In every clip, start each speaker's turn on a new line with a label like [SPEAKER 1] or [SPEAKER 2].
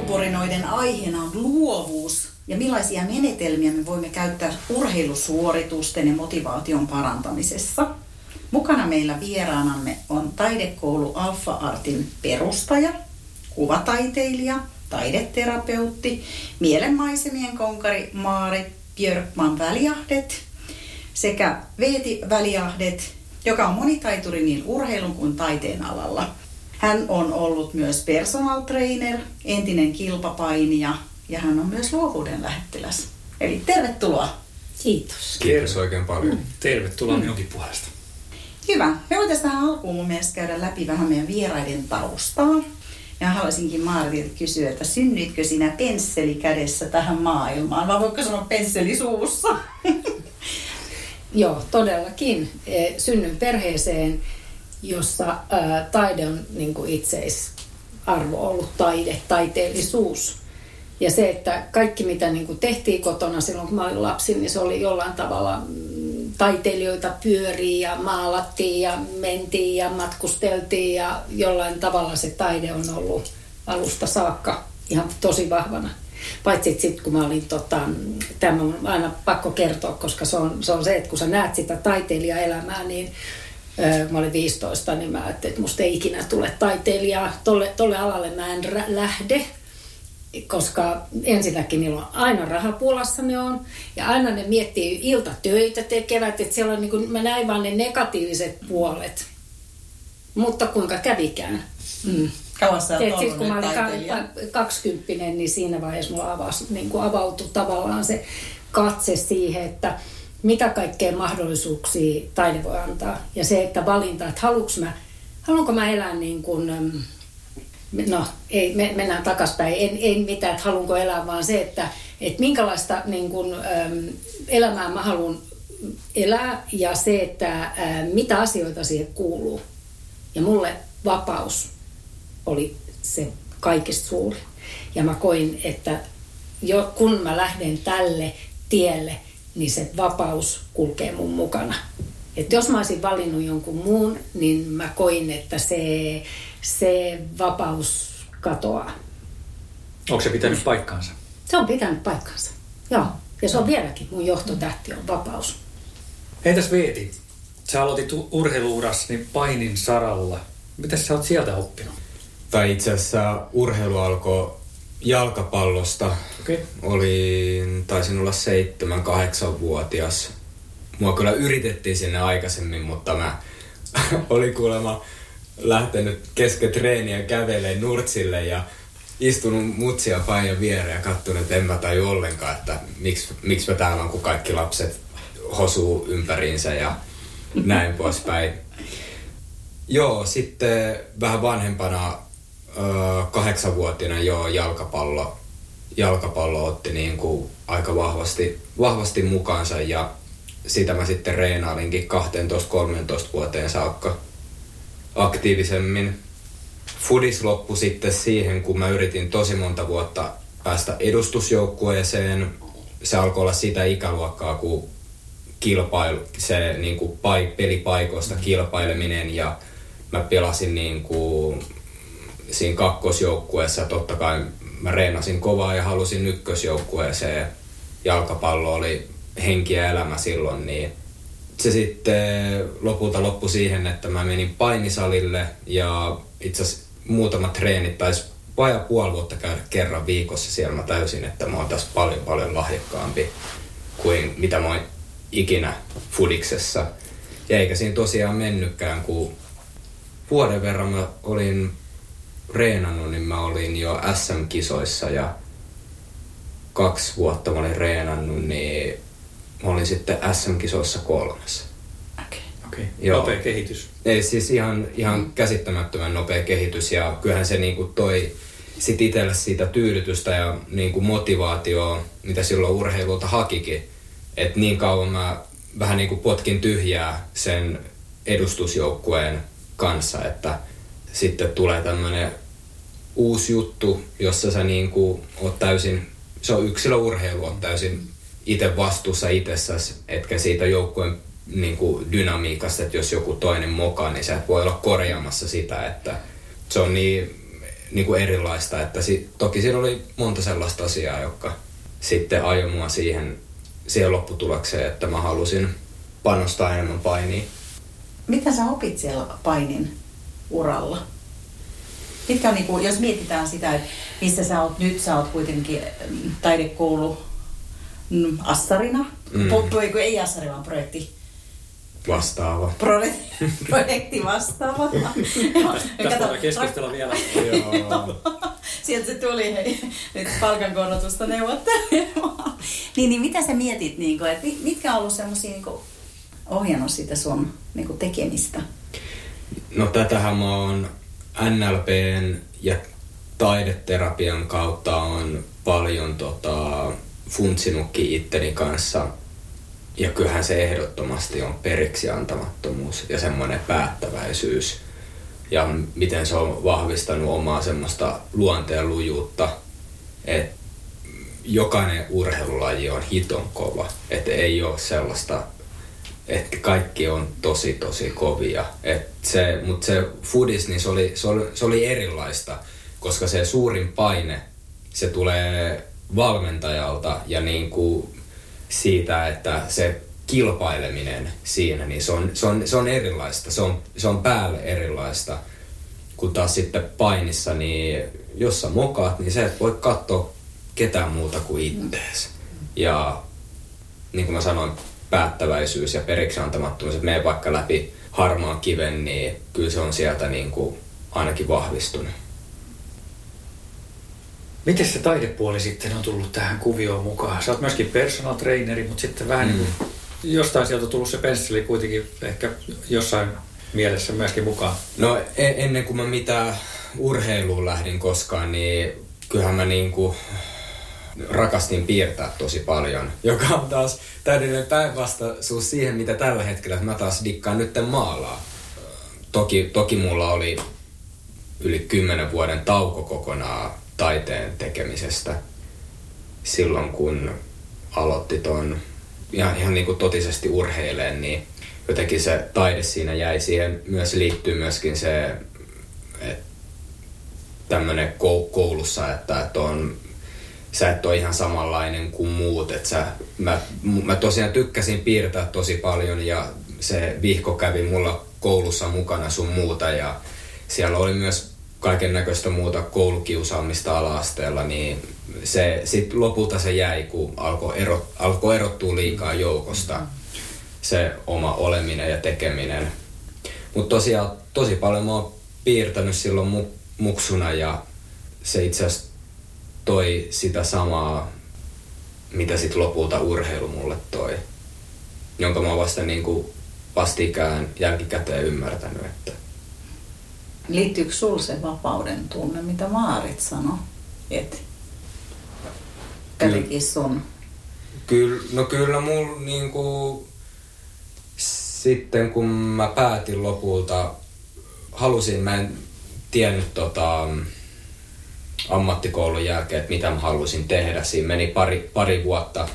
[SPEAKER 1] Aamuporinoiden aiheena on luovuus ja millaisia menetelmiä me voimme käyttää urheilusuoritusten ja motivaation parantamisessa. Mukana meillä vieraanamme on taidekoulu Alfa Artin perustaja, kuvataiteilija, taideterapeutti, mielenmaisemien konkari Maarit Björkman-Väljahdet sekä Veeti Väljahdet, joka on monitaituri niin urheilun kuin taiteen alalla. Hän on ollut myös personal trainer, entinen kilpapainija ja hän on myös luovuuden lähettiläs. Eli tervetuloa.
[SPEAKER 2] Kiitos.
[SPEAKER 3] Kiitos oikein paljon.
[SPEAKER 4] Tervetuloa minunkin puolesta.
[SPEAKER 1] Hyvä. Me voitaisiin tähän alkuun mun mielestä käydä läpi vähän meidän vieraiden taustaa. Ja haluaisinkin Maaritilta kysyä, että synnyitkö sinä pensseli kädessä tähän maailmaan, vai voiko sanoa pensseli suussa?
[SPEAKER 2] Joo, todellakin. Synnyin perheeseen, jossa taide on niin kuin itseisarvo ollut taide, taiteellisuus. Ja se, että kaikki mitä niin kuin tehtiin kotona silloin, kun mä olin lapsi, niin se oli jollain tavalla taiteilijoita pyörii ja maalattiin ja mentiin ja matkusteltiin ja jollain tavalla se taide on ollut alusta saakka ihan tosi vahvana. Paitsi sitten kun mä olin, tämä on aina pakko kertoa, koska se on se, että kun sä näet sitä taiteilijaelämää, niin mä olin 15, niin mä ajattelin, että musta ei ikinä tule taiteilijaa. Tolle alalle mä en lähde, koska ensinnäkin niillä on aina rahapulassa ne on, ja aina ne miettii iltatöitä tekevät, että siellä on niin kuin, mä näin vaan ne negatiiviset puolet. Mutta kuinka kävikään.
[SPEAKER 1] Kauan sä oot
[SPEAKER 2] ollut kun mä olin
[SPEAKER 1] taiteilija?
[SPEAKER 2] 20, niin siinä vaiheessa mulla avautui tavallaan se katse siihen, että mitä kaikkea mahdollisuuksia taide voi antaa. Ja se, että valinta, että haluanko mä elää niin kuin, no ei, mennään takaspäin, ei mitään, että haluanko elää, vaan se, että minkälaista niin kuin, elämää mä haluan elää ja se, että mitä asioita siihen kuuluu. Ja mulle vapaus oli se kaikista suurin. Ja mä koin, että kun mä lähden tälle tielle, niin se vapaus kulkee mun mukana. Että jos mä olisin valinnut jonkun muun, niin mä koin, että se vapaus katoaa.
[SPEAKER 4] Onko se pitänyt paikkaansa?
[SPEAKER 2] Se on pitänyt paikkansa, joo. Ja se on vieläkin, mun johtotähti on vapaus.
[SPEAKER 4] Entäs Veeti? Sä aloitit urheilu-urasi painin saralla. Mitäs sä oot sieltä oppinut?
[SPEAKER 3] Tai itse asiassa urheilu alkoi jalkapallosta.
[SPEAKER 4] Okay.
[SPEAKER 3] Taisin olla 7-8-vuotias. Mua kyllä yritettiin sinne aikaisemmin, mutta mä olin kuulemma lähtenyt kesken treeniä kävelemään nurtsille ja istunut mutsia Paijan viereen ja katsonut, että en mä taju ollenkaan, että miksi mä täällä on, kun kaikki lapset hosuu ympäriinsä ja näin poispäin. Joo, sitten vähän vanhempana 8-vuotiaana jalkapallo otti niin kuin aika vahvasti mukaansa ja sitä mä sitten reenailinkin 12-13 vuoteen saakka aktiivisemmin. Fudis loppui sitten siihen, kun mä yritin tosi monta vuotta päästä edustusjoukkueeseen. Se alkoi olla sitä ikäluokkaa, kun se niin kuin pelipaikoista kilpaileminen ja mä pelasin niin kuin siinä kakkosjoukkueessa. Totta kai mä reenasin kovaa ja halusin ykkösjoukkueeseen. Jalkapallo oli henki ja elämä silloin, niin se sitten lopulta loppui siihen, että mä menin painisalille ja itse asiassa muutamat treenit taisi vajaa puoli vuotta käydä kerran viikossa siellä. Mä täysin, että mä oon tässä paljon lahjakkaampi kuin mitä mä oon ikinä fudiksessa. Ja eikä siinä tosiaan mennytkään, kun vuoden verran mä olin reenannut, niin mä olin jo SM-kisoissa ja 2 vuotta mä olin reenannut, niin mä olin sitten SM-kisoissa 3.
[SPEAKER 4] Okei. Nopea kehitys.
[SPEAKER 3] Ei, siis ihan käsittämättömän nopea kehitys ja kyllähän se niinku toi sit itselle siitä tyydytystä ja niinku motivaatioa, mitä silloin urheilulta hakikin. Että niin kauan mä vähän niinku potkin tyhjää sen edustusjoukkueen kanssa, että sitten tulee tämmönen uusi juttu, jossa sä niinku oot täysin, se on yksilöurheilu, oot täysin itse vastuussa itsessäsi, etkä siitä joukkueen niinku dynamiikasta, että jos joku toinen mokaa, niin sä et voi olla korjaamassa sitä, että se on niin niin kuin erilaista. Että toki siinä oli monta sellaista asiaa, jotka sitten ajoi mua siihen lopputulokseen, että mä halusin panostaa enemmän painiin.
[SPEAKER 1] Mitä sä opit siellä painin uralla? Mitkä on, niin kuin, jos mietitään sitä, että missä sä oot nyt, sä oot kuitenkin taidekoulu assarina, ei assari, vaan projekti.
[SPEAKER 3] Vastaava.
[SPEAKER 1] Projekti vastaava.
[SPEAKER 4] Tästä voidaan keskustella vielä.
[SPEAKER 1] Sieltä se tuli, hei, nyt palkankorotusta neuvottelemaan. Niin mitä sä mietit, niin kuin, että mitkä on ollut semmoisia niin ohjannut sitä sun niin kuin tekemistä?
[SPEAKER 3] No tätähän mä oon NLPn ja taideterapian kautta on paljon funtsinutkin itteni kanssa. Ja kyllähän se ehdottomasti on periksi antamattomuus ja semmoinen päättäväisyys. Ja miten se on vahvistanut omaa semmoista luonteen lujuutta, että jokainen urheilulaji on hiton kova. Että ei ole sellaista, että kaikki on tosi kovia. Mutta se foodis, niin se oli erilaista, koska se suurin paine, se tulee valmentajalta ja niin kuin siitä, että se kilpaileminen siinä, niin se on erilaista. Se on päälle erilaista. Kun taas sitten painissa, niin jos sä mokaat, niin sä et voi katsoa ketään muuta kuin ittees. Ja niin kuin mä sanoin, päättäväisyys ja periksi antamattomuus, että menee vaikka läpi harmaan kiven, niin kyllä se on sieltä niin kuin ainakin vahvistunut.
[SPEAKER 4] Miten se taidepuoli sitten on tullut tähän kuvioon mukaan? Sä oot myöskin personal traineri, mutta sitten vähän niin kuin jostain sieltä on tullut se pensseli kuitenkin ehkä jossain mielessä myöskin mukaan.
[SPEAKER 3] No ennen kuin mä mitään urheiluun lähdin koskaan, niin kyllähän mä niin kuin rakastin piirtää tosi paljon, joka on taas täydellinen päinvastaisuus siihen, mitä tällä hetkellä mä taas dikkaan nytten maalaa. Toki mulla oli yli 10 vuoden tauko kokonaan taiteen tekemisestä silloin, kun aloitti ton ihan niin kuin totisesti urheileen, niin jotenkin se taide siinä jäi. Siihen myös liittyy myöskin se, että tämmönen koulussa, että sä et ole ihan samanlainen kuin muut. Mä tosiaan tykkäsin piirtää tosi paljon ja se vihko kävi mulla koulussa mukana sun muuta ja siellä oli myös kaiken näköistä muuta koulukiusaamista ala-asteella, niin sitten lopulta se jäi, kun alkoi erottua liikaa joukosta se oma oleminen ja tekeminen. Mutta tosiaan tosi paljon mä oon piirtänyt silloin muksuna ja se itse asiassa toi sitä samaa, mitä sitten lopulta urheilu mulle toi, jonka mä oon vasta niinku vastikään jälkikäteen ymmärtänyt, että
[SPEAKER 1] liittyykö sulla se vapauden tunne, mitä Maarit sanoi, että kävikin sun?
[SPEAKER 3] Kyllä mulla niinku sitten kun mä päätin lopulta, mä en tiennyt ammattikoulun jälkeen, että mitä mä halusin tehdä. Siinä meni pari vuotta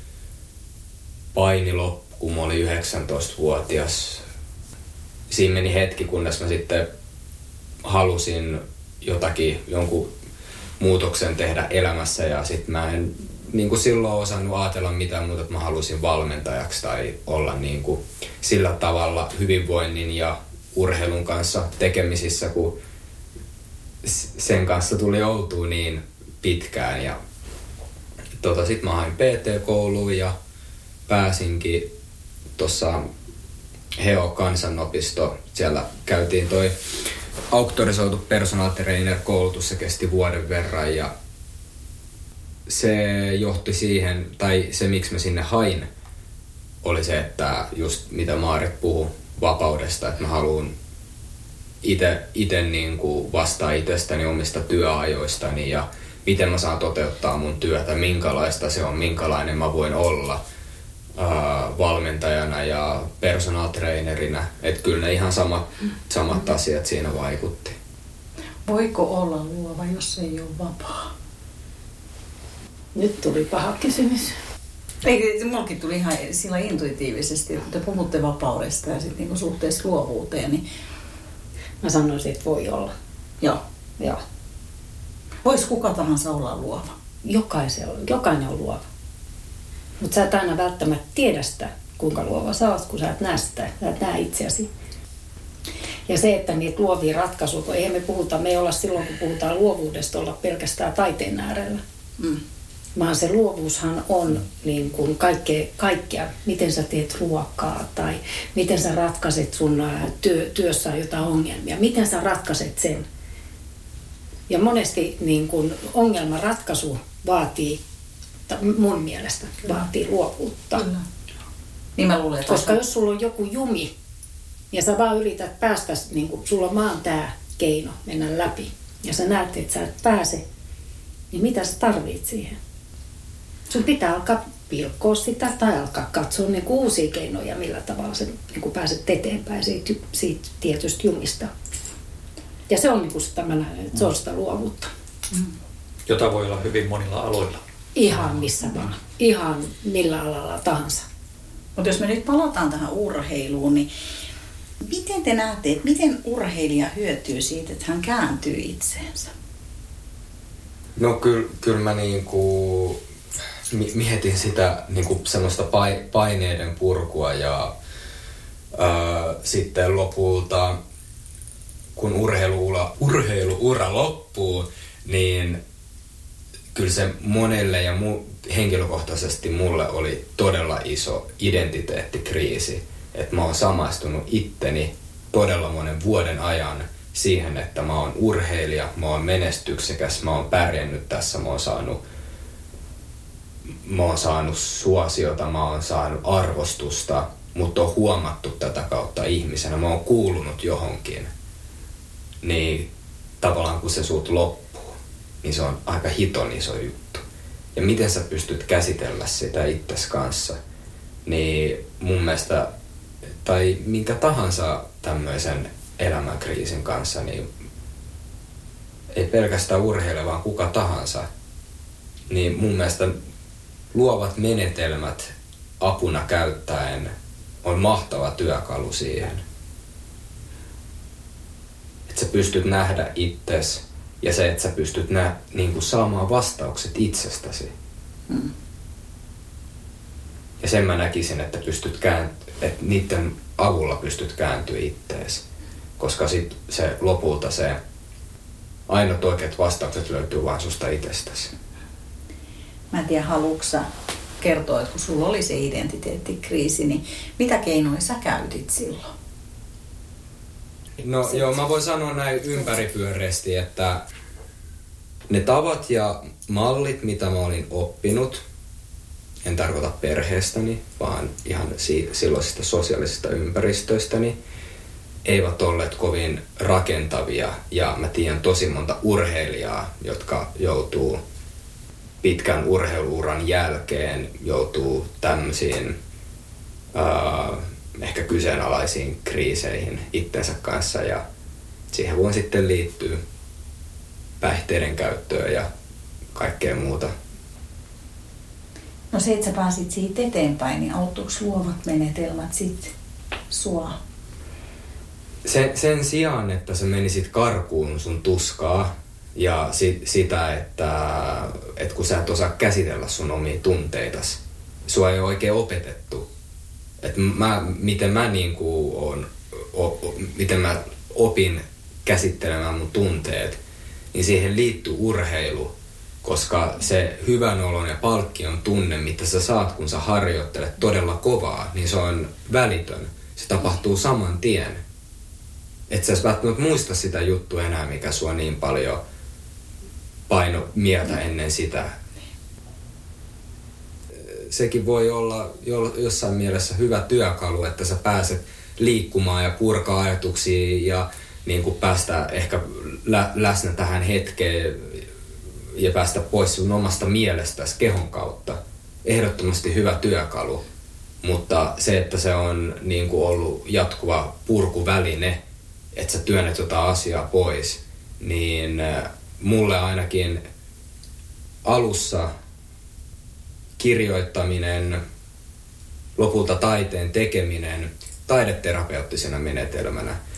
[SPEAKER 3] paini loppu, kun mä olin 19-vuotias. Siinä meni hetki, kunnes mä sitten halusin jonkun muutoksen tehdä elämässä ja sitten mä en niin kuin silloin osannut ajatella mitään muuta, että mä halusin valmentajaksi tai olla niin kuin sillä tavalla hyvinvoinnin ja urheilun kanssa tekemisissä, kun sen kanssa tuli oltua niin pitkään. Ja sit mä hain PT-kouluun ja pääsinkin tuossa Heo kansanopisto. Siellä käytiin toi auktorisoitu personal trainer -koulutus, se kesti vuoden verran ja se johti siihen, tai se miksi mä sinne hain, oli se, että just mitä Maarit puhui vapaudesta, että mä haluan itse niin kuin vastaa itsestäni omista työajoistani ja miten mä saan toteuttaa mun työtä, minkälaista se on, minkälainen mä voin olla valmentajana ja personal trainerina. Että kyllä ne ihan samat asiat siinä vaikutti.
[SPEAKER 1] Voiko olla luova, jos ei ole vapaa?
[SPEAKER 2] Nyt tuli paha kysymys.
[SPEAKER 1] Ei, mullakin tuli ihan sillä intuitiivisesti, että te puhutte vapaudesta ja sitten niinku suhteessa luovuuteen. Niin
[SPEAKER 2] mä sanoisin, että voi olla.
[SPEAKER 1] Joo.
[SPEAKER 2] Joo.
[SPEAKER 1] Vois kuka tahansa olla luova?
[SPEAKER 2] Jokainen on luova. Mutta sä et aina välttämättä tiedä sitä, kuinka luova sä oot, kun sä et näe sitä, sä et näe itseäsi. Ja se, että niitä luovia ratkaisuja, kun eihän me ei olla silloin, kun puhutaan luovuudesta, olla pelkästään taiteen äärellä. Vaan se luovuushan on niin kuin kaikkea, miten sä teet ruokaa tai miten sä ratkaiset sun työssä jotain ongelmia, miten sä ratkaiset sen. Ja monesti niin kuin ongelmanratkaisu vaatii, mun mielestä vaatii luovuutta.
[SPEAKER 1] Kyllä. Niin mä luulen, että
[SPEAKER 2] koska jos sulla on joku jumi ja sä vaan yrität päästä, niin kuin sulla on vaan tää keino mennä läpi ja sä näet, että sä et pääse, niin mitä sä tarvit siihen? Sun pitää alkaa pilkkoa sitä tai alkaa katsoa niin kuin uusia keinoja, millä tavalla sä niin kuin pääset eteenpäin siitä tietystä jumista. Ja se on niin kuin sitä, mä näen, että se on sitä luovuutta.
[SPEAKER 4] Jota voi olla hyvin monilla aloilla.
[SPEAKER 2] Ihan missä vaan. Ihan millä alalla tahansa.
[SPEAKER 1] Mutta jos me nyt palataan tähän urheiluun, niin miten te näette, että miten urheilija hyötyy siitä, että hän kääntyy itseensä?
[SPEAKER 3] No kyllä mä niinku mietin sitä niinku semmoista paineiden purkua ja sitten lopulta kun urheiluura loppuu, niin kyllä se monelle ja henkilökohtaisesti mulle oli todella iso identiteettikriisi. Että mä oon samaistunut itteni todella monen vuoden ajan siihen, että mä oon urheilija, mä oon menestyksekäs, mä oon pärjännyt tässä, mä oon saanut suosiota, mä oon saanut arvostusta, mutta on huomattu tätä kautta ihmisenä, mä oon kuulunut johonkin. Niin tavallaan kun se sut loppuu, niin se on aika hiton iso juttu. Ja miten sä pystyt käsitellä sitä itses kanssa, niin mun mielestä, tai minkä tahansa tämmöisen elämänkriisin kanssa, niin ei pelkästään urheilija, vaan kuka tahansa, niin mun mielestä luovat menetelmät apuna käyttäen on mahtava työkalu siihen. Että sä pystyt nähdä itsesi ja se, että sä pystyt niin kuin saamaan vastaukset itsestäsi. Ja sen mä näkisin, että että niiden avulla pystyt kääntyä ittees. Koska sit se lopulta se ainoat oikeat vastaukset löytyy vaan susta itsestäsi.
[SPEAKER 1] Mä en tiedä, haluatko sä kertoa, että kun sulla oli se identiteettikriisi, niin mitä keinoja sä käytit silloin?
[SPEAKER 3] No joo, mä voin sanoa näin ympäripyöreästi, että ne tavat ja mallit, mitä mä olin oppinut, en tarkoita perheestäni, vaan ihan silloisista sosiaalisista ympäristöistäni, eivät olleet kovin rakentavia. Ja mä tiedän tosi monta urheilijaa, jotka joutuu pitkän urheiluuran jälkeen, joutuu tämmöisiin ehkä kyseenalaisiin kriiseihin itsensä kanssa. Ja siihen voi sitten liittyä päihteiden käyttöä ja kaikkea muuta.
[SPEAKER 1] No se, että sä pääsit siitä eteenpäin, niin auttuiko luovat menetelmät sitten sua?
[SPEAKER 3] Sen sijaan, että sä menisit karkuun sun tuskaa ja sitä, että kun sä et osaa käsitellä sun omia tunteitas, sua ei ole oikein opetettu. Että miten mä opin käsittelemään mun tunteet, niin siihen liittyy urheilu. Koska se hyvän olon ja palkkion tunne, mitä sä saat, kun sä harjoittelet todella kovaa, niin se on välitön. Se tapahtuu saman tien. Et sä välttämättä muista sitä juttua enää, mikä sua niin paljon paino mieltä ennen sitä. Sekin voi olla jossain mielessä hyvä työkalu, että sä pääset liikkumaan ja purkaa ajatuksia ja niin kuin päästä ehkä läsnä tähän hetkeen ja päästä pois sun omasta mielestäsi kehon kautta. Ehdottomasti hyvä työkalu, mutta se, että se on niin kuin ollut jatkuva purkuväline, että sä työnnät jotain asiaa pois, niin mulle ainakin alussa kirjoittaminen, lopulta taiteen tekeminen taideterapeuttisena menetelmänä,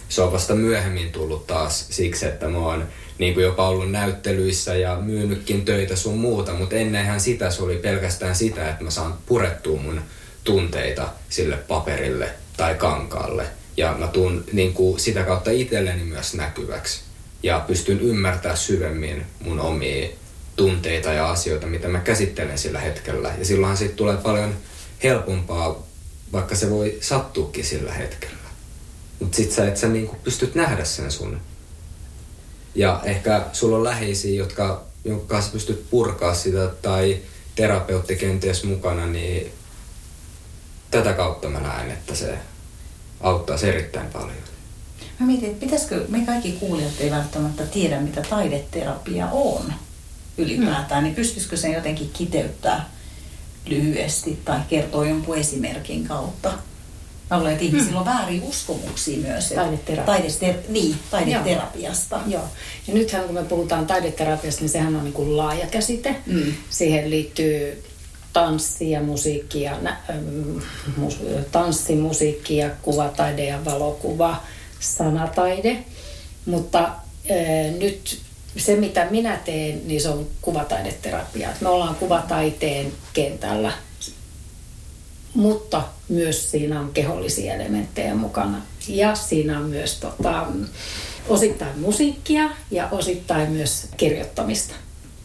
[SPEAKER 3] se on vasta myöhemmin tullut taas siksi, että mä oon niin kuin jopa ollut näyttelyissä ja myynytkin töitä sun muuta, mutta ennenhän sitä se oli pelkästään sitä, että mä saan purettua mun tunteita sille paperille tai kankaalle. Ja mä tuun niin kuin sitä kautta itselleni myös näkyväksi ja pystyn ymmärtämään syvemmin mun omia tunteita ja asioita, mitä mä käsittelen sillä hetkellä. Ja silloinhan siitä tulee paljon helpompaa, vaikka se voi sattuukin sillä hetkellä. Mutta sit sä niinku pystyt nähdä sen sun. Ja ehkä sulla on läheisiä, jonka kanssa pystyt purkaa sitä, tai terapeutti kenties mukana, niin tätä kautta mä näen, että se auttaisi erittäin paljon.
[SPEAKER 1] Mä mietin, että pitäisikö, me kaikki kuulijat ei välttämättä tiedä, mitä taideterapia on ylipäätään, niin pystyisikö sen jotenkin kiteyttää lyhyesti tai kertoa jonkun esimerkin kautta? Mä luulen, että ihmisillä on väärin uskomuksia myös. Taideterapiasta.
[SPEAKER 2] Joo. Ja nythän kun me puhutaan taideterapiasta, niin sehän on niin kuin laaja käsite. Siihen liittyy tanssi ja musiikki ja tanssi, musiikki ja kuvataide ja valokuva, sanataide. Mutta nyt se, mitä minä teen, niin se on kuvataideterapia. Me ollaan kuvataiteen kentällä, mutta myös siinä on kehollisia elementtejä mukana. Ja siinä on myös osittain musiikkia ja osittain myös kirjoittamista.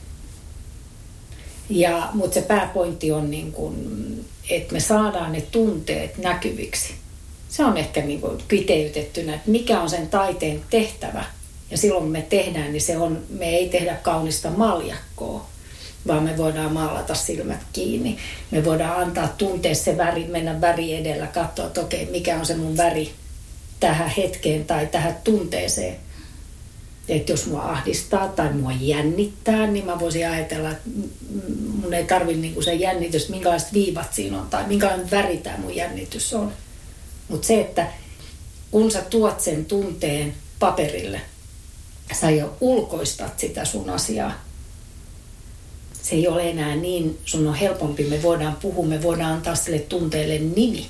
[SPEAKER 2] Mutta se pääpointti on, niin kun, että me saadaan ne tunteet näkyviksi. Se on ehkä niin kun kiteytettynä, että mikä on sen taiteen tehtävä. Ja silloin me tehdään, niin me ei tehdä kaunista maljakkoa, vaan me voidaan maalata silmät kiinni. Me voidaan antaa tuntea se väri, mennä väri edellä, katsoa, että okei, mikä on se mun väri tähän hetkeen tai tähän tunteeseen. Että jos mua ahdistaa tai mua jännittää, niin mä voisin ajatella, että mun ei tarvitse niinku se jännitys, minkälaiset viivat siinä on tai minkälainen väri tämä mun jännitys on. Mutta se, että kun sä tuot sen tunteen paperille, sä jo ulkoistat sitä sun asiaa. Se ei ole enää niin, sun on helpompi, me voidaan puhua, me voidaan antaa sille tunteelle nimi.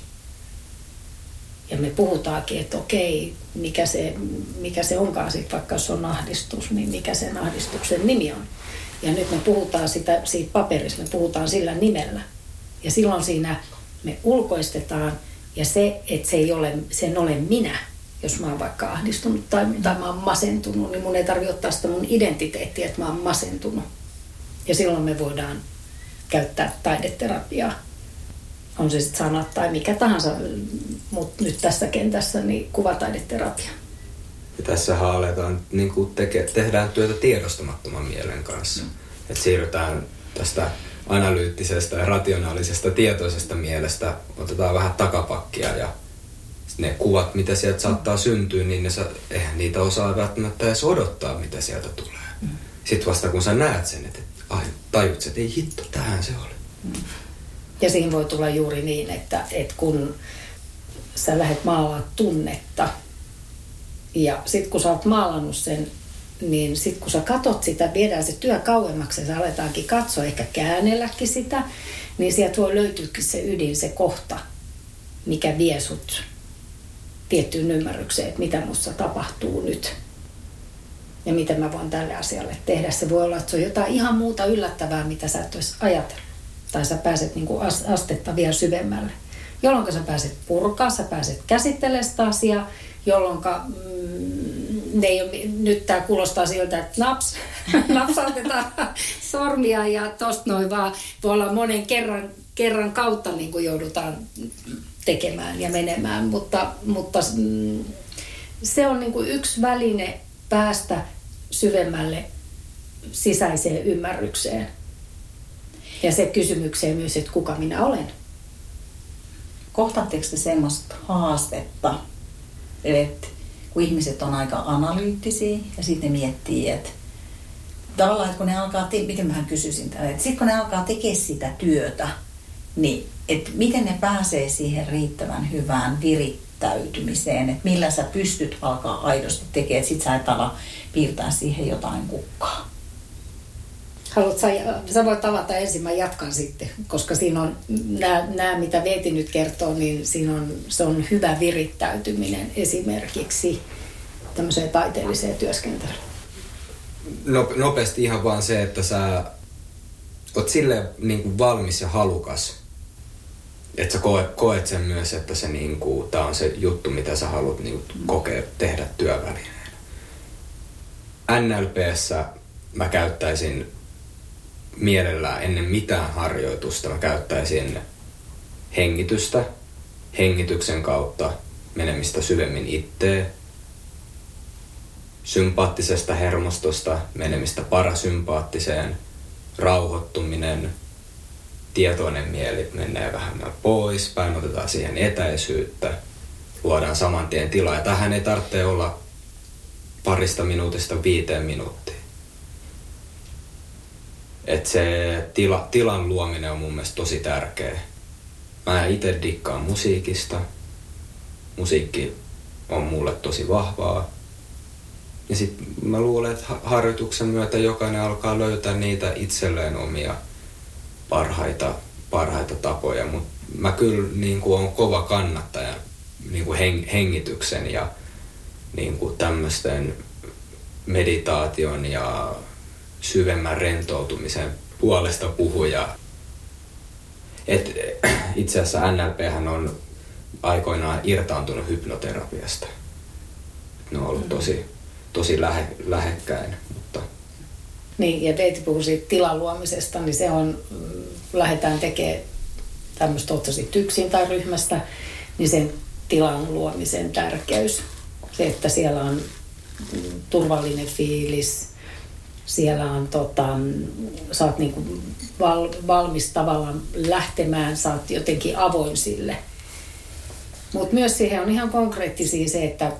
[SPEAKER 2] Ja me puhutaankin, että okei, mikä se onkaan sitten, vaikka jos on ahdistus, niin mikä sen ahdistuksen nimi on. Ja nyt me puhutaan siitä paperista, me puhutaan sillä nimellä. Ja silloin siinä me ulkoistetaan, ja se, että sen ole minä, jos mä oon vaikka ahdistunut tai mä oon masentunut, niin mun ei tarvitse ottaa sitä mun identiteettiä, että mä oon masentunut. Ja silloin me voidaan käyttää taideterapiaa. On se sitten sanat tai mikä tahansa, mutta nyt tässä kentässä niin kuvataideterapia.
[SPEAKER 3] Ja tässä aletaan, niin tehdään työtä tiedostamattoman mielen kanssa. Että siirrytään tästä analyyttisestä ja rationaalisesta tietoisesta mielestä, otetaan vähän takapakkia ja ne kuvat, mitä sieltä saattaa syntyä, niin eihän niitä osaa välttämättä edes odottaa, mitä sieltä tulee. Sitten vasta kun sä näet sen, että tajut, että ei hitto, tähän se oli.
[SPEAKER 2] Ja siinä voi tulla juuri niin, että kun sä lähdet maalaa tunnetta ja sitten kun sä oot maalannut sen, niin sitten kun sä katot sitä, viedään se työ kauemmaksi ja sä aletaankin katsoa, ehkä käännelläkin sitä, niin sieltä voi löytyykin se ydin, se kohta, mikä vie sut tiettyyn ymmärrykseen, että mitä musta tapahtuu nyt ja mitä mä voin tälle asialle tehdä. Se voi olla, että se on jotain ihan muuta yllättävää, mitä sä et olisi ajatellut. Tai sä pääset niin kuin astetta vielä syvemmälle. Jolloin sä pääset purkaa, sä pääset käsittelemään sitä asiaa, jolloin nyt tää kuulostaa siltä, että napsautetaan sormia ja tosta noin vaan voi olla monen kerran kautta niin kuin joudutaan tekemään ja menemään, mutta se on niin kuin yksi väline päästä syvemmälle sisäiseen ymmärrykseen. Ja se kysymykseen myös, että kuka minä olen.
[SPEAKER 1] Kohtaatteko te semmoista haastetta, että kun ihmiset on aika analyyttisiä ja sitten ne miettii, että tavallaan, että kun ne alkaa, miten mähän kysyisin tätä, että sitten kun ne alkaa tekemään sitä työtä, niin että miten ne pääsee siihen riittävän hyvään virittäytymiseen, että millä sä pystyt alkaa aidosti tekemään, että sit sä et ala piirtää siihen jotain kukkaa.
[SPEAKER 2] Haluatko sä voit avata ensin, mä jatkan sitten, koska siinä on nämä mitä Veeti nyt kertoo, niin se on hyvä virittäytyminen esimerkiksi. tämmöiseen taiteelliseen työskentelyyn?
[SPEAKER 3] Nopeasti ihan vaan se, että sä oot silleen niin kuin valmis ja halukas. Että sä koet sen myös, että se niin kuin, tää on se juttu, mitä sä haluat niin kuin kokea, tehdä työvälineenä. NLP:ssä mä käyttäisin mielellään ennen mitään harjoitusta, mä käyttäisin hengitystä, hengityksen kautta menemistä syvemmin itteen, sympaattisesta hermostosta menemistä parasympaattiseen, rauhoittuminen, tietoinen mieli menee vähemmän pois, päin otetaan siihen etäisyyttä, luodaan saman tien tilaa. Ja tähän ei tarvitse olla 2 minuutista 5 minuuttia. Et se tilan luominen on mun mielestä tosi tärkeä. Mä itse dikkaan musiikista. Musiikki on mulle tosi vahvaa. Ja sit mä luulen, että harjoituksen myötä jokainen alkaa löytää niitä itselleen omia parhaita tapoja. Mut mä kyllä niin kuin on kova kannattaja niin kuin hengityksen ja niin kuin tämmöisten meditaation ja syvemmän rentoutumisen puolesta puhuja. Itse asiassa NLP:hän on aikoinaan irtaantunut hypnoterapiasta. Ne on ollut tosi lähekkäin. Mutta...
[SPEAKER 2] Niin, ja Veeti puhui siitä tilan luomisesta, niin se on, lähdetään tekemään tämmöistä, ootko sit yksin tai ryhmästä, niin sen tilan luomisen tärkeys. Se, että siellä on turvallinen fiilis, siellä on sä oot niinku valmis tavallaan lähtemään, sä oot jotenkin avoin sille. Mutta myös siihen on ihan konkreettisia se, että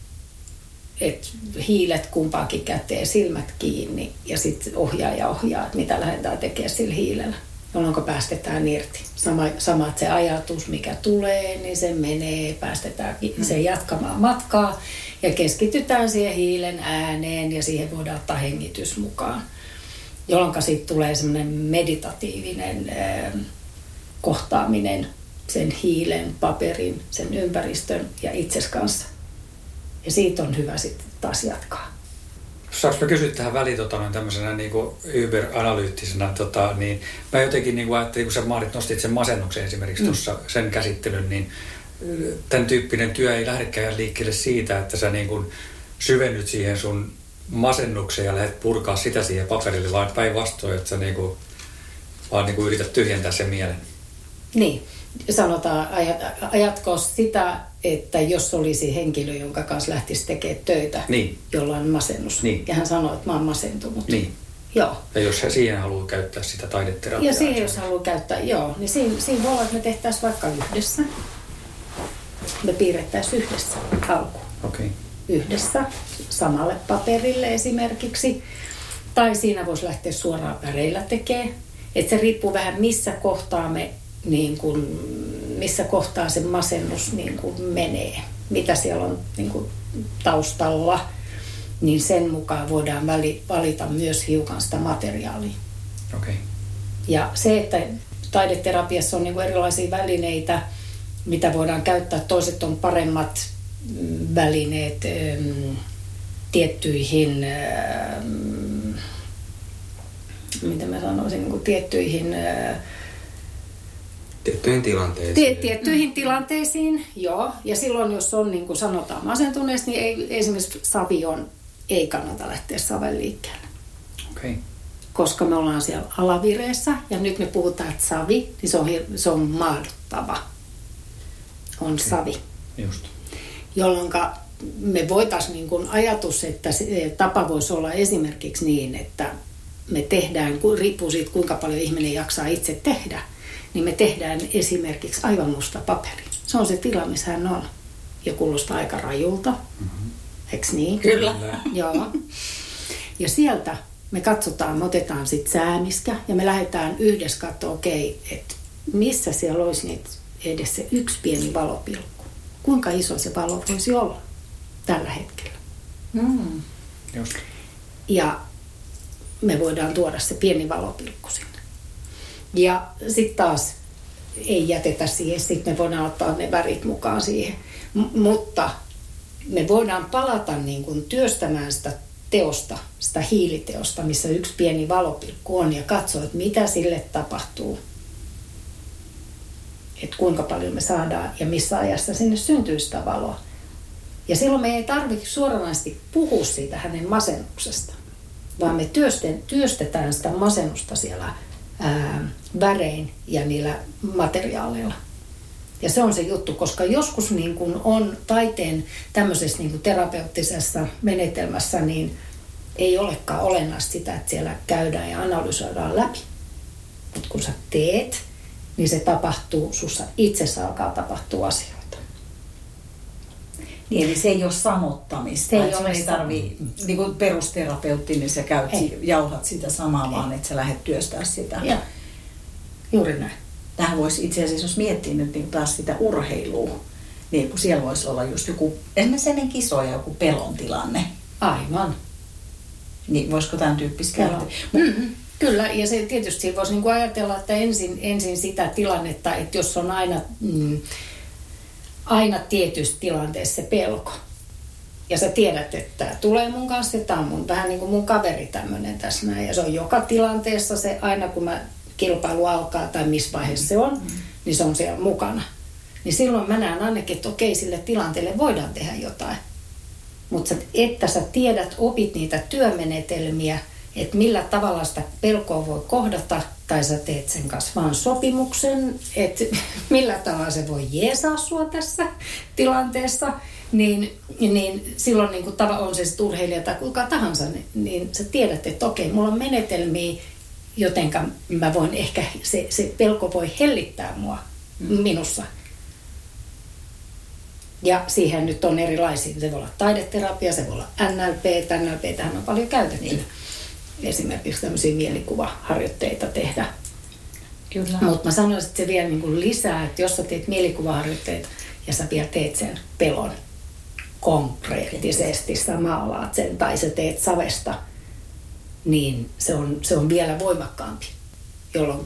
[SPEAKER 2] hiilet kumpaankin käteen, silmät kiinni ja sitten ohjaa, että mitä lähdetään tekemään sillä hiilellä, jolloin päästetään irti. Sama, että se ajatus, mikä tulee, niin se menee, päästetään sen jatkamaan matkaa ja keskitytään siihen hiilen ääneen ja siihen voidaan ottaa hengitys mukaan, jolloin sitten tulee semmoinen meditatiivinen kohtaaminen sen hiilen, paperin, sen ympäristön ja itses kanssa. Ja siitä on hyvä sitten taas jatkaa.
[SPEAKER 4] Saanko mä kysyä tähän väliin tämmöisenä niin kuin yberanalyyttisenä, niin mä jotenkin niin kuin ajattelin, kun sä nostit sen masennuksen esimerkiksi tuossa sen käsittelyn, niin tämän tyyppinen työ ei lähdekään liikkeelle siitä, että sä niin kuin syvennyt siihen sun masennukseen ja lähdet purkaa sitä siihen paperille, vaan päinvastoin, että sä niin kuin, vaan niin kuin yrität tyhjentää sen mielen.
[SPEAKER 2] Niin. Sanotaan, ajatko sitä, että jos olisi henkilö, jonka kanssa lähtisi tekemään töitä, niin, jolla on masennus, niin, ja hän sanoo, että mä oon masentunut.
[SPEAKER 4] Niin.
[SPEAKER 2] Joo.
[SPEAKER 4] Ja jos hän siihen haluaa käyttää sitä taideterapiaa.
[SPEAKER 2] Ja siihen, jos haluaa käyttää, joo, niin siinä voi olla, että me tehtäisiin vaikka yhdessä. Me piirrettäisiin yhdessä alkuun.
[SPEAKER 4] Okay.
[SPEAKER 2] Yhdessä, samalle paperille esimerkiksi. Tai siinä voisi lähteä suoraan väreillä tekemään. Että se riippuu vähän missä kohtaa missä kohtaa se masennus niin kuin menee, mitä siellä on niin kuin taustalla, niin sen mukaan voidaan valita myös hiukan sitä materiaalia.
[SPEAKER 4] Okay.
[SPEAKER 2] Ja se, että taideterapiassa on niin kuin erilaisia välineitä, mitä voidaan käyttää, toiset on paremmat välineet tiettyihin, mitä mä sanoisin, niin kuin tiettyihin
[SPEAKER 3] tilanteisiin.
[SPEAKER 2] Tiettyihin tilanteisiin, joo. Ja silloin, jos on, niin kuin sanotaan, masentuneessa, niin ei, esimerkiksi savion ei kannata lähteä saven liikkeelle.
[SPEAKER 4] Okay.
[SPEAKER 2] Koska me ollaan siellä alavireessä, ja nyt me puhutaan, että savi, niin se on maadottava. On okay. Savi.
[SPEAKER 4] Just.
[SPEAKER 2] Jolloin me voitaisiin niin kuin ajatus, että se tapa voisi olla esimerkiksi niin, että me tehdään, riippuu siitä, kuinka paljon ihminen jaksaa itse tehdä, niin me tehdään esimerkiksi aivan musta paperi. Se on se tila, missä hän on. Ja kuulostaa aika rajulta. Mm-hmm. Eikö niin?
[SPEAKER 1] Kyllä.
[SPEAKER 2] Joo. Ja sieltä me katsotaan, me otetaan sitten säämiskä ja me lähdetään yhdessä katsoa, että missä siellä olisi niitä edes se yksi pieni valopilkku. Kuinka iso se valo voisi olla tällä hetkellä.
[SPEAKER 1] Mm.
[SPEAKER 4] Just.
[SPEAKER 2] Ja me voidaan tuoda se pieni valopilkku sinne. Ja sitten taas ei jätetä siihen, sitten me voidaan ottaa ne värit mukaan siihen. Mutta me voidaan palata niin kuin työstämään sitä teosta, sitä hiiliteosta, missä yksi pieni valopilkku on ja katsoa, että mitä sille tapahtuu. Että kuinka paljon me saadaan ja missä ajassa sinne syntyy sitä valoa. Ja silloin me ei tarvitse suoranaisesti puhua siitä hänen masennuksesta, vaan me työstetään sitä masennusta siellä värein ja niillä materiaaleilla. Ja se on se juttu, koska joskus niin kun on taiteen tämmöisessä niin kun terapeuttisessa menetelmässä, niin ei olekaan olennaista sitä, että siellä käydään ja analysoidaan läpi. Mutta kun sä teet, niin se tapahtuu, sussa itsessä alkaa tapahtua asioita.
[SPEAKER 1] Niin, eli se ei ole sanottamista. Se ei tarvitse, niin kuin perusterapeutti, niin sä jauhat sitä samaa, vaan että sä lähdet työstää sitä.
[SPEAKER 2] Joo, juuri näin.
[SPEAKER 1] Tähän voisi itse asiassa, jos miettii nyt niin taas sitä urheilua, niin kun siellä voisi olla just joku, esimerkiksi ennen kisoja joku pelon tilanne.
[SPEAKER 2] Aivan.
[SPEAKER 1] Niin voisiko tämän tyyppistä käyttää?
[SPEAKER 2] Kyllä, ja se tietysti voisi niin kuin ajatella, että ensin sitä tilannetta, että jos on aina tietyssä tilanteessa se pelko. Ja sä tiedät, että tämä tulee mun kanssa, että tämä on vähän niin kuin mun kaveri tämmöinen tässä näin. Ja se on joka tilanteessa se, aina kun kilpailu alkaa tai missä vaiheessa se on, niin se on siellä mukana. Niin silloin mä näen ainakin, että okei, sille tilanteelle voidaan tehdä jotain. Mutta että sä tiedät, opit niitä työmenetelmiä, että millä tavalla sitä pelkoa voi kohdata, tai sä teet sen kanssa vaan sopimuksen, että millä tavalla se voi jeesaa sua tässä tilanteessa, niin silloin niin kuin on se urheilija tai kuka tahansa, niin sä tiedät, että okei, mulla on menetelmiä, jotenka mä voin ehkä, se pelko voi hellittää mua minussa. Ja siihen nyt on erilaisia. Se voi olla taideterapia, se voi olla NLP. NLP:tähän on paljon käytetty. Esimerkiksi tämmöisiä mielikuvaharjoitteita tehdä.
[SPEAKER 1] Kyllä.
[SPEAKER 2] Mutta mä sanoisin, että se vielä niin kuin lisää, että jos sä teet mielikuvaharjoitteita ja sä vielä teet sen pelon konkreettisesti, sä maalaat sen tai sä teet savesta, niin se on vielä voimakkaampi, jolloin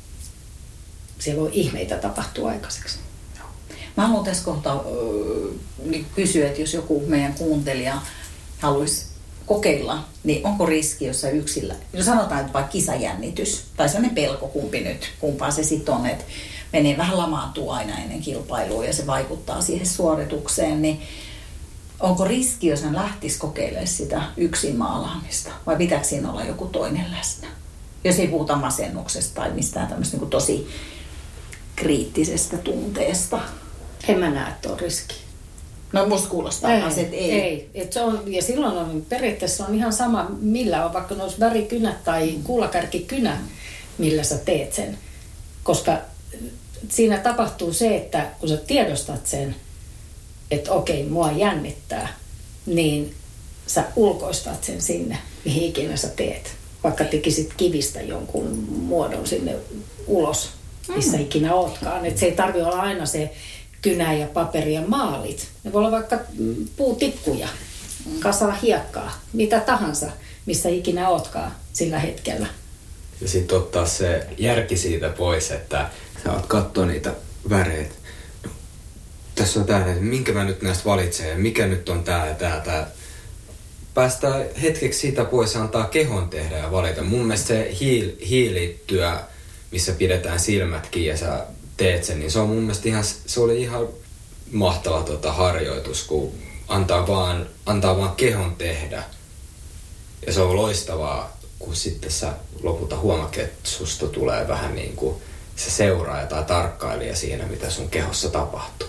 [SPEAKER 2] siellä voi ihmeitä tapahtua aikaiseksi.
[SPEAKER 1] Mä haluan tässä kohtaa kysyä, että jos joku meidän kuuntelija haluaisi kokeilla, niin onko riski, jos yksilä, jos sanotaan, että vaikka kisajännitys tai sellainen pelko, kumpaa se sitten on, että menee vähän lamaantuu aina ennen kilpailua ja se vaikuttaa siihen suoritukseen, niin onko riski, jos hän lähtisi kokeilemaan sitä yksin maalaamista vai pitääkö siinä olla joku toinen läsnä? Jos ei puhuta masennuksesta tai mistään tämmöistä niin tosi kriittisestä tunteesta.
[SPEAKER 2] En mä näe, että on riski.
[SPEAKER 1] No musta kuulostaa taas, että ei.
[SPEAKER 2] Ei. Et se on, ja silloin on periaatteessa on ihan sama, millä on vaikka noissa värikynät tai kuulakärkikynä, millä sä teet sen. Koska siinä tapahtuu se, että kun sä tiedostat sen, että okei, mua jännittää, niin sä ulkoistat sen sinne, mihin ikinä sä teet. Vaikka tekisit kivistä jonkun muodon sinne ulos, missä ikinä ootkaan. Että se ei tarvitse olla aina se kynä ja paperi ja maalit. Ne voi olla vaikka puutikkuja, kasaa hiekkaa, mitä tahansa, missä ikinä ootkaan sillä hetkellä.
[SPEAKER 3] Ja sitten ottaa se järki siitä pois, että sä oot kattoo niitä väreitä. No, tässä on tää, että minkä mä nyt näistä valitsen ja mikä nyt on tää ja tää. Päästään hetkeksi siitä pois ja antaa kehon tehdä ja valita. Mun mielestä se hiilityö, missä pidetään silmät kiinni ja sä teet sen, niin se on mun mielestä se oli ihan mahtava harjoitus, kun antaa vaan kehon tehdä. Ja se on loistavaa, kun sitten sä lopulta huomaat, että susta tulee vähän niin kuin se seuraaja tai tarkkailija siinä, mitä sun kehossa tapahtuu.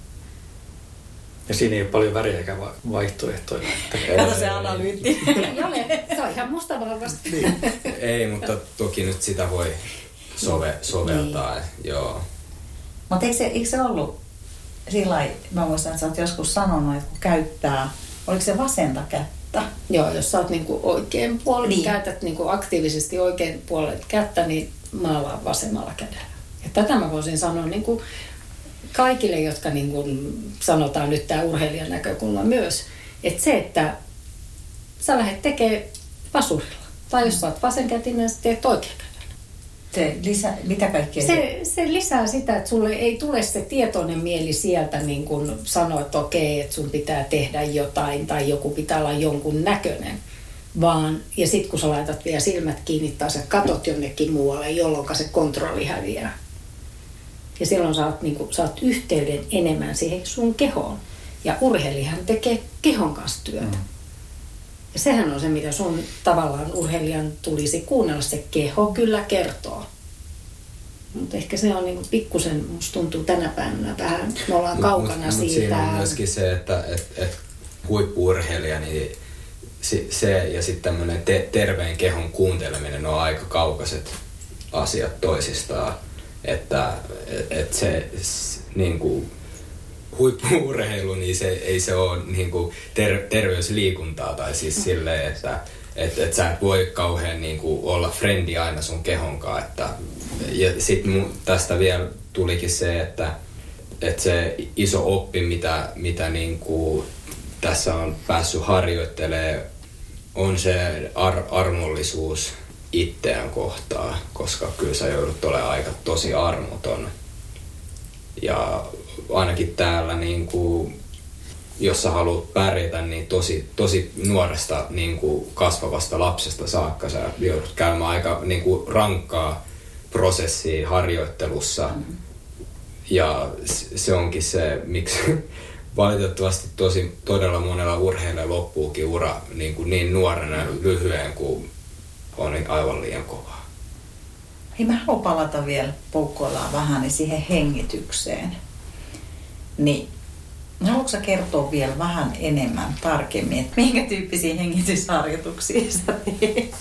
[SPEAKER 4] Ja siinä ei ole paljon väriä eikä vaihtoehtoja.
[SPEAKER 1] Kato se analyytti.
[SPEAKER 2] Se on ihan mustavalkoista.
[SPEAKER 3] Niin. Ei, mutta toki nyt sitä voi soveltaa. Niin. Joo.
[SPEAKER 1] Mutta eikö se ollut sillä mä muistan, että sä oot joskus sanonut, että kun käyttää, oliko se vasenta kättä?
[SPEAKER 2] Joo, jos sä oot niinku oikein puolella, käytät niinku aktiivisesti oikein puolella kättä, niin maalaa vasemmalla kädellä. Ja tätä mä voisin sanoa niinku kaikille, jotka niinku, sanotaan nyt tämä urheilijan näkökulma myös, että se, että sä lähdet tekemään vasurilla. Tai jos sä oot vasenkätinen, sä teet oikein kädellä.
[SPEAKER 1] Mitä kaikkea
[SPEAKER 2] se lisää sitä, että sulle ei tule se tietoinen mieli sieltä niin kun sanoa, että okei, että sun pitää tehdä jotain tai joku pitää olla jonkun näköinen. Ja sitten kun sä laitat vielä silmät kiinni tai sä katot jonnekin muualle, jolloin se kontrolli häviää. Ja silloin sä oot yhteyden enemmän siihen sun kehoon. Ja urheilijahan tekee kehon kanssa työtä. Ja sehän on se, mitä sun tavallaan urheilijan tulisi kuunnella. Se keho kyllä kertoo. Mutta ehkä se on niinku pikkusen, musta tuntuu tänä päivänä vähän, me ollaan kaukana siitä.
[SPEAKER 3] Mutta siinä on myöskin se, että huippu-urheilija, niin se ja sitten tämmöinen terveen kehon kuunteleminen on aika kaukaiset asiat toisistaan. Että se niinku huippu-urheilu, niin ei se ole niinku terveysliikuntaa tai siis silleen, että sä et voi kauhean niinku olla frendi aina sun kehonkaan. Ja sitten tästä vielä tulikin se, että se iso oppi, mitä niinku tässä on päässyt harjoittelemaan, on se armollisuus itseään kohtaan, koska kyllä sä joudut olemaan aika tosi armoton. Ja ainakin täällä, niin kuin, jos sä haluat pärjätä, niin tosi nuoresta niin kuin kasvavasta lapsesta saakka sä joudut käymään aika niin kuin rankkaa prosessia harjoittelussa. Ja se onkin se, miksi valitettavasti todella monella urheilijalla loppuukin ura niin nuorena ja lyhyen, kuin on aivan liian kovaa.
[SPEAKER 1] Hei, mä haluan palata vielä, poukkoillaan vähän siihen hengitykseen. Niin, haluatko sä kertoa vielä vähän enemmän tarkemmin, että minkä tyyppisiä hengitysharjoituksia sä teet?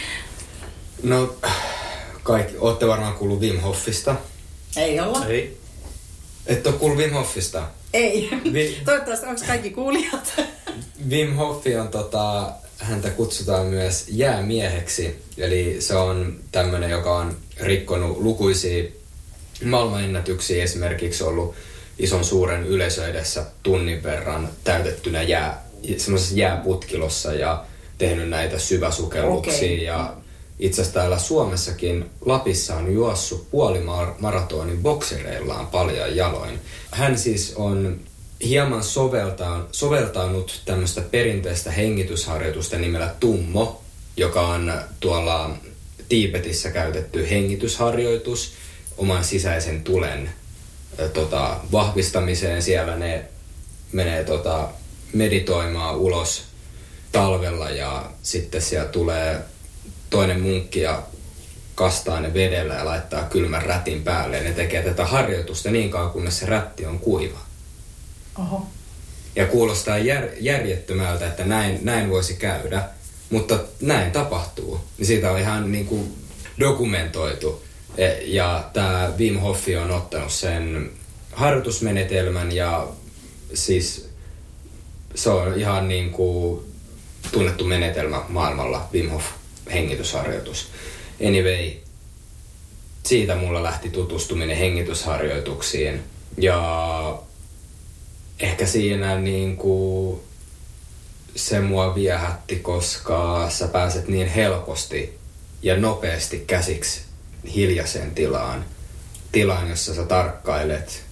[SPEAKER 3] No, ootte varmaan kuullut Wim Hofista.
[SPEAKER 1] Ei olla.
[SPEAKER 4] Ei.
[SPEAKER 3] Et ole kuullut Wim Hofista?
[SPEAKER 1] Ei. Toivottavasti onko kaikki kuulijat?
[SPEAKER 3] Wim Hofi on häntä kutsutaan myös jäämieheksi. Eli se on tämmöinen, joka on rikkonut lukuisia maailmanennätyksiä, esimerkiksi ollut ison suuren yleisö edessä tunnin verran täytettynä semmoisessa jääputkilossa ja tehnyt näitä syväsukelluksia. Okay. Ja itse asiassa täällä Suomessakin Lapissa on juossut puolimaratonin boksereillaan paljon jaloin. Hän siis on hieman soveltanut tämmöistä perinteistä hengitysharjoitusta nimellä Tummo, joka on tuolla Tiibetissä käytetty hengitysharjoitus oman sisäisen tulen vahvistamiseen. Siellä ne menee meditoimaan ulos talvella ja sitten siellä tulee toinen munkki ja kastaa ne vedellä ja laittaa kylmän rätin päälle. Ja ne tekee tätä harjoitusta niin kauan, kunnes se rätti on kuiva.
[SPEAKER 1] Oho.
[SPEAKER 3] Ja kuulostaa järjettömältä, että näin voisi käydä, mutta näin tapahtuu. Niin siitä on ihan niin kuin dokumentoitu. Ja tämä Wim Hofi on ottanut sen harjoitusmenetelmän ja siis se on ihan niin kuin tunnettu menetelmä maailmalla, Wim Hof hengitysharjoitus. Anyway, siitä mulla lähti tutustuminen hengitysharjoituksiin ja ehkä siinä niinku se mua viehätti, koska sä pääset niin helposti ja nopeasti käsiksi hiljaiseen tilaan, jossa sä tarkkailet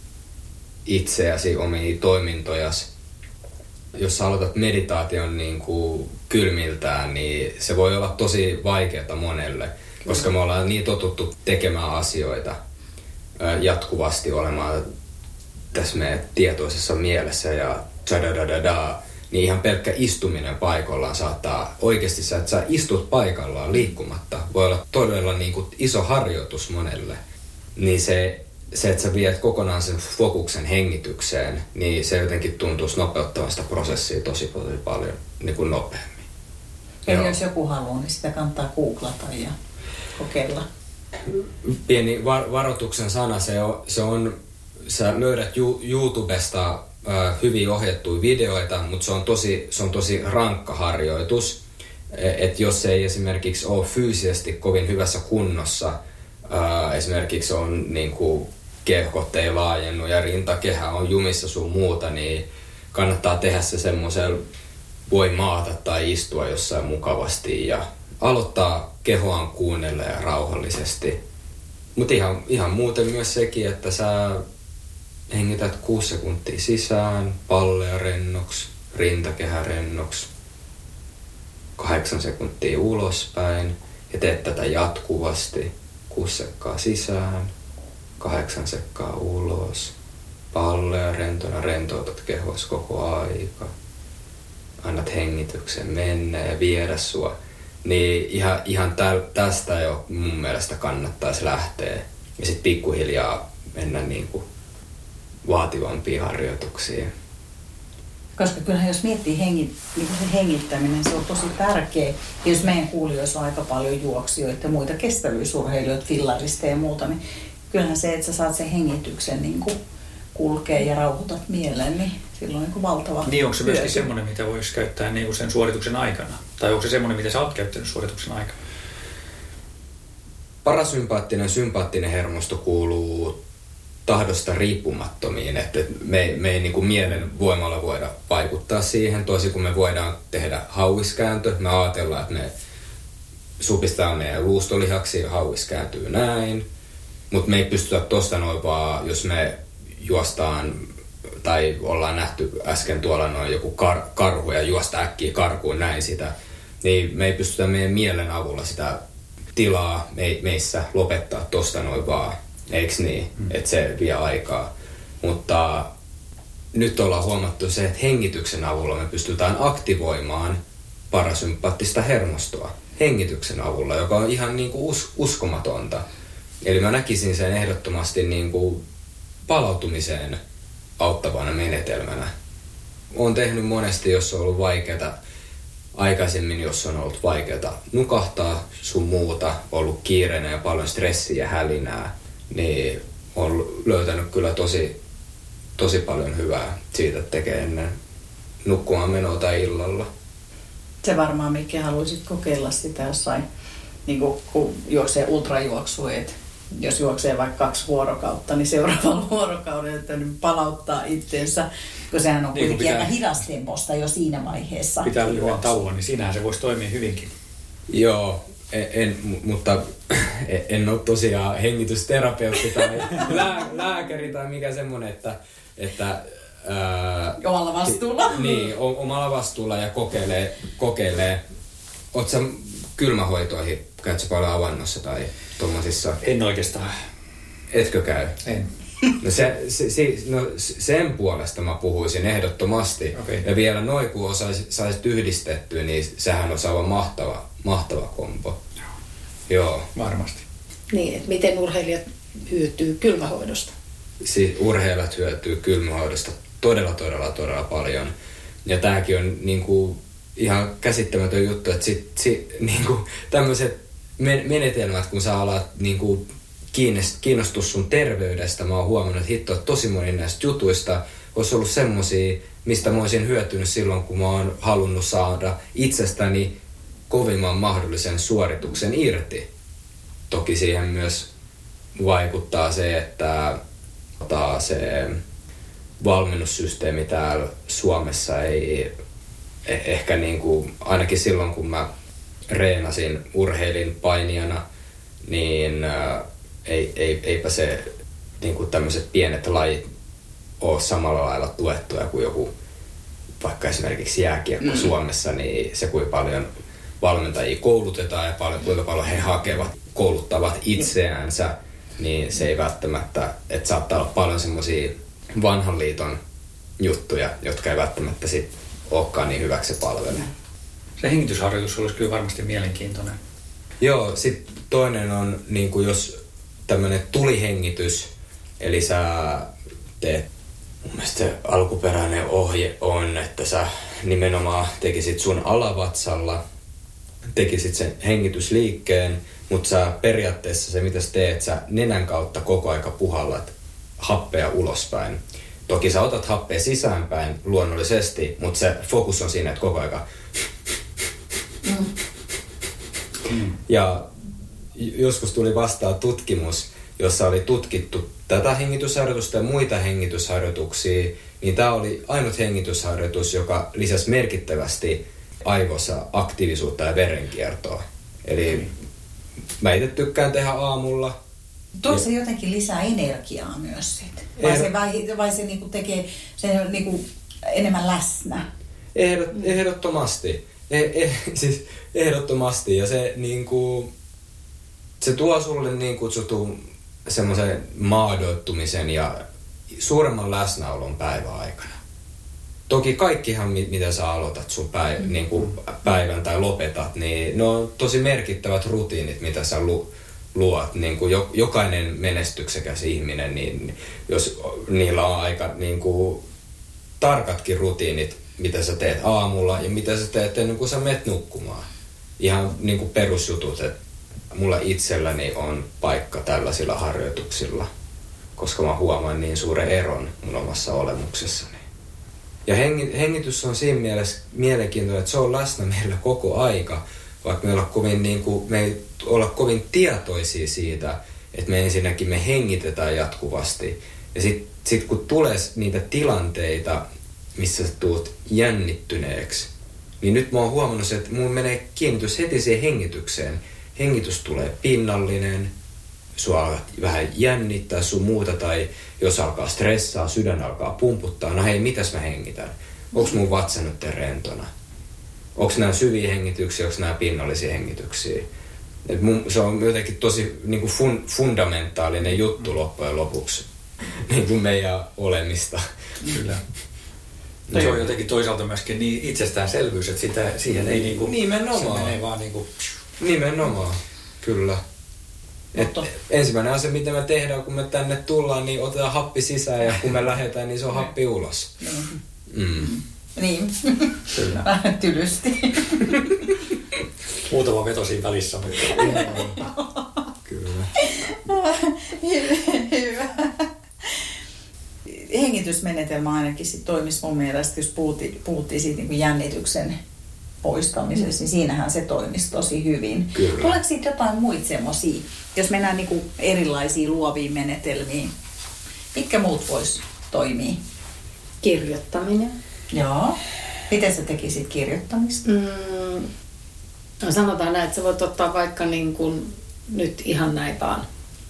[SPEAKER 3] itseäsi, omia toimintojasi. Jos sä aloitat meditaation niinku kylmiltään, niin se voi olla tosi vaikeaa monelle, koska me ollaan niin totuttu tekemään asioita jatkuvasti olemaan tässä meidän tietoisessa mielessä ja niin ihan pelkkä istuminen paikallaan saattaa oikeasti että sä istut paikallaan liikkumatta voi olla todella niin kuin iso harjoitus monelle. Niin se, että sä viet kokonaan sen fokuksen hengitykseen, niin se jotenkin tuntuisi nopeuttamaan sitä prosessia tosi paljon niin kuin nopeammin.
[SPEAKER 1] Eli jos joku haluaa, niin sitä kannattaa googlata ja kokeilla.
[SPEAKER 3] Pieni varoituksen sana, se on sä löydät YouTubesta hyvin ohjattuja videoita, mutta se on tosi rankka harjoitus. Että jos ei esimerkiksi ole fyysisesti kovin hyvässä kunnossa, esimerkiksi on niinku keuhkot ei laajennut ja rintakehä on jumissa sun muuta, niin kannattaa tehdä se semmoisella, voi maata tai istua jossain mukavasti ja aloittaa kehoaan kuunnella ja rauhallisesti. Mutta ihan muuten myös sekin, että sä hengität 6 sekuntia sisään, pallea rennoksi, rintakehä rennoksi, 8 sekuntia ulospäin ja teet tätä jatkuvasti. 6 sekkaa sisään, 8 sekkaa ulos, pallea rentona, rentoutat kehos koko aika. Annat hengityksen mennä ja viedä sua. Niin ihan tästä jo mun mielestä kannattaisi lähteä. Ja sit pikkuhiljaa mennä niinku vaativampiin harjoituksiin.
[SPEAKER 1] Koska kyllähän jos miettii niin se hengittäminen, se on tosi tärkeä. Ja jos meidän kuulijoissa on aika paljon juoksijoita ja muita kestävyysurheilijoita, fillarista ja muuta, niin kyllähän se, että sä saat sen hengityksen niin kuin kulkea ja rauhoitat mieleen, niin silloin on niin kuin valtava
[SPEAKER 4] Niin onko se myöskin semmoinen, mitä voisi käyttää niin kuin sen suorituksen aikana? Tai onko se semmoinen, mitä sä oot käyttänyt suorituksen aikana?
[SPEAKER 3] Parasympaattinen ja sympaattinen hermosto kuuluu tahdosta riippumattomiin, että me ei niin kuin mielen voimalla voida vaikuttaa siihen, toisin kuin me voidaan tehdä hauiskääntö. Me ajatellaan, että me supistetaan meidän luustolihaksi ja hauis kääntyy näin, mutta me ei pystytä tosta noin vaan, jos me juostaan tai ollaan nähty äsken tuolla noin joku karhu ja juosta äkkiä karkuun näin sitä, niin me ei pystytä meidän mielen avulla sitä tilaa meissä lopettaa tosta noin vaan. Eiks niin? Että se vie aikaa. Mutta nyt ollaan huomattu se, että hengityksen avulla me pystytään aktivoimaan parasympaattista hermostoa. Hengityksen avulla, joka on ihan niinku uskomatonta. Eli mä näkisin sen ehdottomasti niinku palautumiseen auttavana menetelmänä. Olen tehnyt monesti, jos on ollut vaikeata. Aikaisemmin, jos on ollut vaikeata nukahtaa sun muuta, ollut kiireinen ja paljon stressiä ja hälinää, niin on löytänyt kyllä tosi paljon hyvää siitä, että tekee ennen nukkumaan menoa tai illalla.
[SPEAKER 1] Se varmaan, mikä haluaisit kokeilla sitä jossain, niin kun juoksee ultrajuoksua, että jos juoksee vaikka 2 vuorokautta, niin seuraavalla vuorokaudella palauttaa itsensä, kun sehän on kuitenkin aika hidastemposta jo siinä vaiheessa.
[SPEAKER 4] Pitää lyhyen tauon, niin siinähän se voisi toimia hyvinkin.
[SPEAKER 3] Joo, mutta en ole tosiaan hengitysterapeutti tai lääkäri tai mikä semmoinen, että
[SPEAKER 1] omalla vastuulla.
[SPEAKER 3] Niin, omalla vastuulla ja kokeilee. Oot sä kylmähoitoihin, käyt sä paljon avannossa tai tommosissa?
[SPEAKER 4] En oikeastaan.
[SPEAKER 3] Etkö käy?
[SPEAKER 4] En.
[SPEAKER 3] No sen puolesta mä puhuisin ehdottomasti.
[SPEAKER 4] Okay.
[SPEAKER 3] Ja vielä noin kun saisit yhdistettyä, niin sehän olisi aivan mahtava kombo. Joo.
[SPEAKER 4] Varmasti.
[SPEAKER 2] Niin, että miten urheilijat hyötyy kylmähoidosta?
[SPEAKER 3] Siis urheilijat hyötyy kylmähoidosta todella paljon. Ja tääkin on niinku ihan käsittämätön juttu, että niinku tämmöiset menetelmät, kun sä alat niinku kiinnostus sun terveydestä, mä oon huomannut, että hitto, tosi moni näistä jutuista olisi ollut semmosia, mistä mä olisin hyötynyt silloin, kun mä oon halunnut saada itsestäni kovimman mahdollisen suorituksen irti. Toki siihen myös vaikuttaa se, että se valmennussysteemi täällä Suomessa ei ehkä niinku, ainakin silloin kun mä reenasin, urheilin painijana, niin eipä se niinku tämmöiset pienet lajit ole samalla lailla tuettuja kuin joku vaikka esimerkiksi jääkiekko Suomessa, niin se kuinka paljon valmentajia koulutetaan ja kuinka paljon he kouluttavat itseäänsä, niin se ei välttämättä, että saattaa olla paljon semmoisia vanhan liiton juttuja, jotka ei välttämättä sit olekaan niin hyväksi palvele.
[SPEAKER 4] Se hengitysharjoitus olisi kyllä varmasti mielenkiintoinen.
[SPEAKER 3] Joo, sitten toinen on niinku jos tämmönen tulihengitys, eli sä teet, mun mielestä se alkuperäinen ohje on, että sä nimenomaan tekisit sun alavatsalla, tekisit sen hengitysliikkeen, mutta sä periaatteessa se mitä sä teet, sä nenän kautta koko aika puhallat happea ulospäin. Toki sä otat happea sisäänpäin luonnollisesti, mutta se fokus on siinä, että koko aika. Ja joskus tuli vastaan tutkimus, jossa oli tutkittu tätä hengitysharjoitusta ja muita hengitysharjoituksia, niin tämä oli ainut hengitysharjoitus, joka lisäsi merkittävästi aivossa aktiivisuutta ja verenkiertoa. Eli mä itse tykkään tehdä aamulla.
[SPEAKER 1] Tuo se jotenkin lisää energiaa myös sitten? Vai se niinku tekee sen niinku enemmän läsnä?
[SPEAKER 3] Ehdottomasti. Siis ehdottomasti. Ja se, niinku, se tuo sulle niin kutsutun semmoisen maadoittumisen ja suuremman läsnäolon päivän aikana. Toki kaikkihan, mitä sä aloitat sun päivän tai lopetat, niin ne on tosi merkittävät rutiinit, mitä sä luot. Niin kuin jokainen menestyksekäs ihminen, niin jos niillä on aika niin kuin tarkatkin rutiinit, mitä sä teet aamulla ja mitä sä teet ennen kuin sä menet nukkumaan. Ihan niin kuin perusjutut, että mulla itselläni on paikka tällaisilla harjoituksilla, koska mä huomaan niin suuren eron mun omassa olemuksessani. Ja hengitys on siinä mielessä mielenkiintoinen, että se on läsnä meillä koko aika, vaikka me ei olla kovin tietoisia siitä, että me ensinnäkin me hengitetään jatkuvasti. Ja sit kun tulee niitä tilanteita, missä sä tulet jännittyneeksi, niin nyt mä oon huomannut, että mun menee kiinnitys heti siihen hengitykseen. Hengitys tulee pinnallinen, sua alkaa vähän jännittää sun muuta, tai jos alkaa stressaa, sydän alkaa pumputtaa, no hei, mitäs mä hengitän? Onks mun vatsa nyt rentona? Onks nämä syviä hengityksiä, onks nämä pinnallisia hengityksiä? Se on jotenkin tosi niin kuin fundamentaalinen juttu loppujen lopuksi, niin kuin meidän olemista.
[SPEAKER 4] Kyllä. Se on jotenkin toisaalta myöskin niin itsestäänselvyys, että siihen ei niinku...
[SPEAKER 3] Nimenomaan.
[SPEAKER 4] Se menee vaan niinku...
[SPEAKER 3] Nimenomaan, kyllä. Ensimmäinen asia, mitä me tehdään, kun me tänne tullaan, niin otetaan happi sisään ja kun me lähdetään, niin se on happi ulos.
[SPEAKER 1] Niin.
[SPEAKER 4] Kyllä.
[SPEAKER 1] Vähän tylysti.
[SPEAKER 4] Muutama veto siinä välissä.
[SPEAKER 3] Kyllä.
[SPEAKER 1] Hyvä. Hengitysmenetelmä ainakin sit toimisi mun mielestä, jos puhuttiin siitä niin kuin jännityksen poistamisessa, niin siinähän se toimisi tosi hyvin.
[SPEAKER 3] Kyllä.
[SPEAKER 1] Tuleeko siitä jotain muita semmosia, jos mennään niin kuin erilaisiin luoviin menetelmiin? Mitkä muut vois toimia?
[SPEAKER 2] Kirjoittaminen.
[SPEAKER 1] Joo. Miten sä tekisit kirjoittamista?
[SPEAKER 2] No sanotaan näin, että sä voit ottaa vaikka niin kuin nyt ihan näin vaan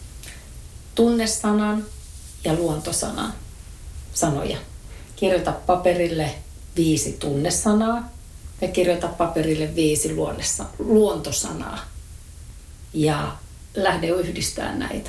[SPEAKER 2] tunnesanan ja luontosanan sanoja. Kirjoita paperille 5 tunnesanaa ja kirjoita paperille 5 luontosanaa. Ja lähde yhdistämään näitä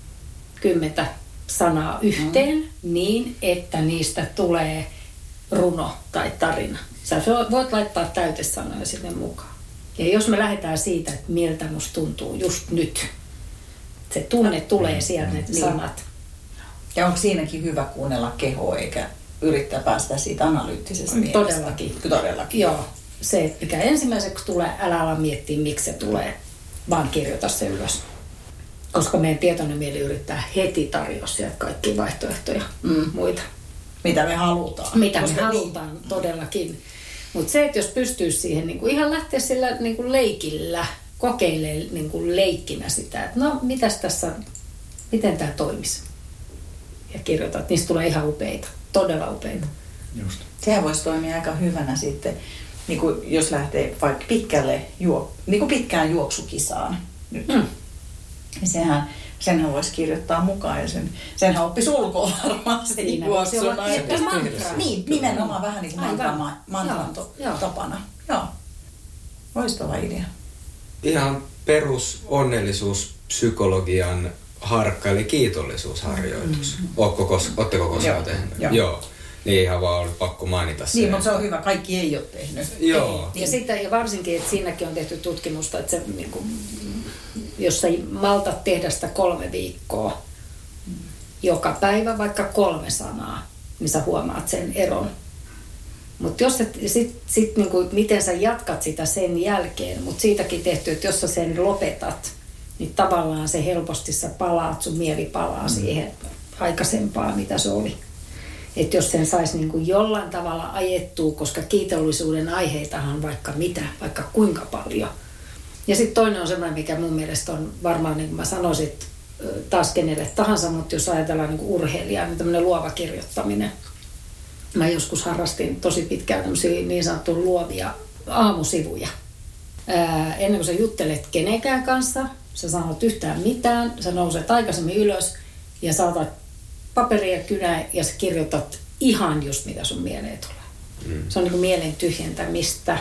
[SPEAKER 2] 10 sanaa yhteen niin, että niistä tulee runo tai tarina. Sä voit laittaa täytesanoja sinne mukaan. Ja jos me lähdetään siitä, että miltä musta tuntuu just nyt, se tunne tulee sieltä ne sanat.
[SPEAKER 1] Ja onko siinäkin hyvä kuunnella kehoa eikä yrittää päästä siitä analyyttisestä mielestä?
[SPEAKER 2] Todellakin. Joo. Se, mikä ensimmäiseksi tulee, älä ala miettiä, miksi se tulee, vaan kirjoita se ylös. Koska meidän tietoinen mieli yrittää heti tarjoa sieltä kaikkia vaihtoehtoja muita.
[SPEAKER 1] Mitä me halutaan.
[SPEAKER 2] Mitä me halutaan, todellakin. Mutta se, että jos pystyisi siihen niin kuin ihan lähteä sillä niin kuin leikillä, kokeilemaan niin kuin leikkinä sitä, että no mitäs tässä, miten tämä toimisi. Ja kirjoitat, niistä tulee ihan upeita, todella upeita.
[SPEAKER 4] Just.
[SPEAKER 1] Sehän voisi toimia aika hyvänä sitten, niin kuin jos lähtee vaikka pitkään juoksukisaan nyt. Niin senhän voisi kirjoittaa mukaan ja senhän oppisi ulkoa varmasti juoksuna. Niin, nimenomaan vähän niin kuin mantran tapana. Joo. Loistava idea.
[SPEAKER 3] Ihan perus onnellisuuspsykologian harkka, eli kiitollisuusharjoitus. Ootteko koskaan tehnyt? Joo. Niin ihan vaan oli pakko mainita se.
[SPEAKER 1] Niin, mutta se on hyvä. Kaikki ei ole tehnyt.
[SPEAKER 3] Joo.
[SPEAKER 2] Ja varsinkin, että siinäkin on tehty tutkimusta, että se, niin kuin, jos sä maltat tehdä sitä 3 viikkoa joka päivä, vaikka 3 sanaa, niin sä huomaat sen eron. Mutta jos sit niin kuin, miten sä jatkat sitä sen jälkeen, mutta siitäkin tehty, että jos sä sen lopetat, niin tavallaan se helposti sä palaat, sun mieli palaa siihen aikaisempaan, mitä se oli. Että jos sen saisi niin kuin jollain tavalla ajettua, koska kiitollisuuden aiheitahan vaikka mitä, vaikka kuinka paljon. Ja sitten toinen on semmoinen, mikä mun mielestä on varmaan, niin kuin mä sanoisin, taas kenelle tahansa, mutta jos ajatellaan niin kuin urheilijaa, niin tämmöinen luova kirjoittaminen. Mä joskus harrastin tosi pitkään tämmöisiä niin sanottuja luovia aamusivuja. ennen kuin sä juttelet kenenkään kanssa, sä sanot yhtään mitään, sä nouset aikaisemmin ylös ja saatat paperia kynää ja sä kirjoitat ihan just mitä sun mieleen tulee. Se on niin kuin mielen tyhjentämistä.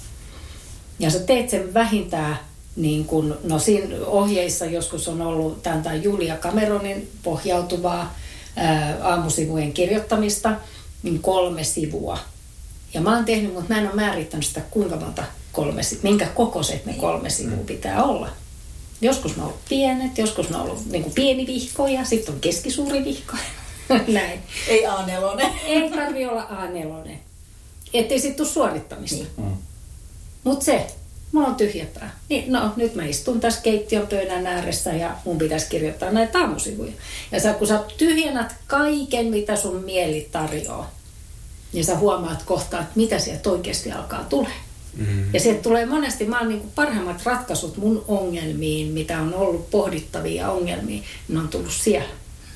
[SPEAKER 2] Ja sä teet sen vähintään niin kuin, no siinä ohjeissa joskus on ollut tämän Julia Cameronin pohjautuvaa aamusivujen kirjoittamista, niin 3 sivua. Ja mä oon tehnyt, mutta mä en ole määrittänyt sitä kuinka monta minkä kokoiset ne 3 sivua pitää olla. Joskus ne on ollut pienet, joskus ne on ollut niin kuin pieni vihko ja sitten on keskisuuri vihko. Näin.
[SPEAKER 1] Ei A4.
[SPEAKER 2] Ei tarvi olla A4. Ettei sit tule suorittamista. Mutta mulla on tyhjä pää. Niin, no, nyt mä istun tässä keittiön pöydän ääressä ja mun pitäisi kirjoittaa näitä aamusivuja. Ja kun sä tyhjennät kaiken, mitä sun mieli tarjoaa, niin sä huomaat kohta, että mitä sieltä oikeasti alkaa tulee. Ja sieltä tulee monesti, mä oon niin kuin parhaimmat ratkaisut mun ongelmiin, mitä on ollut pohdittavia ongelmia, ne on tullut siellä.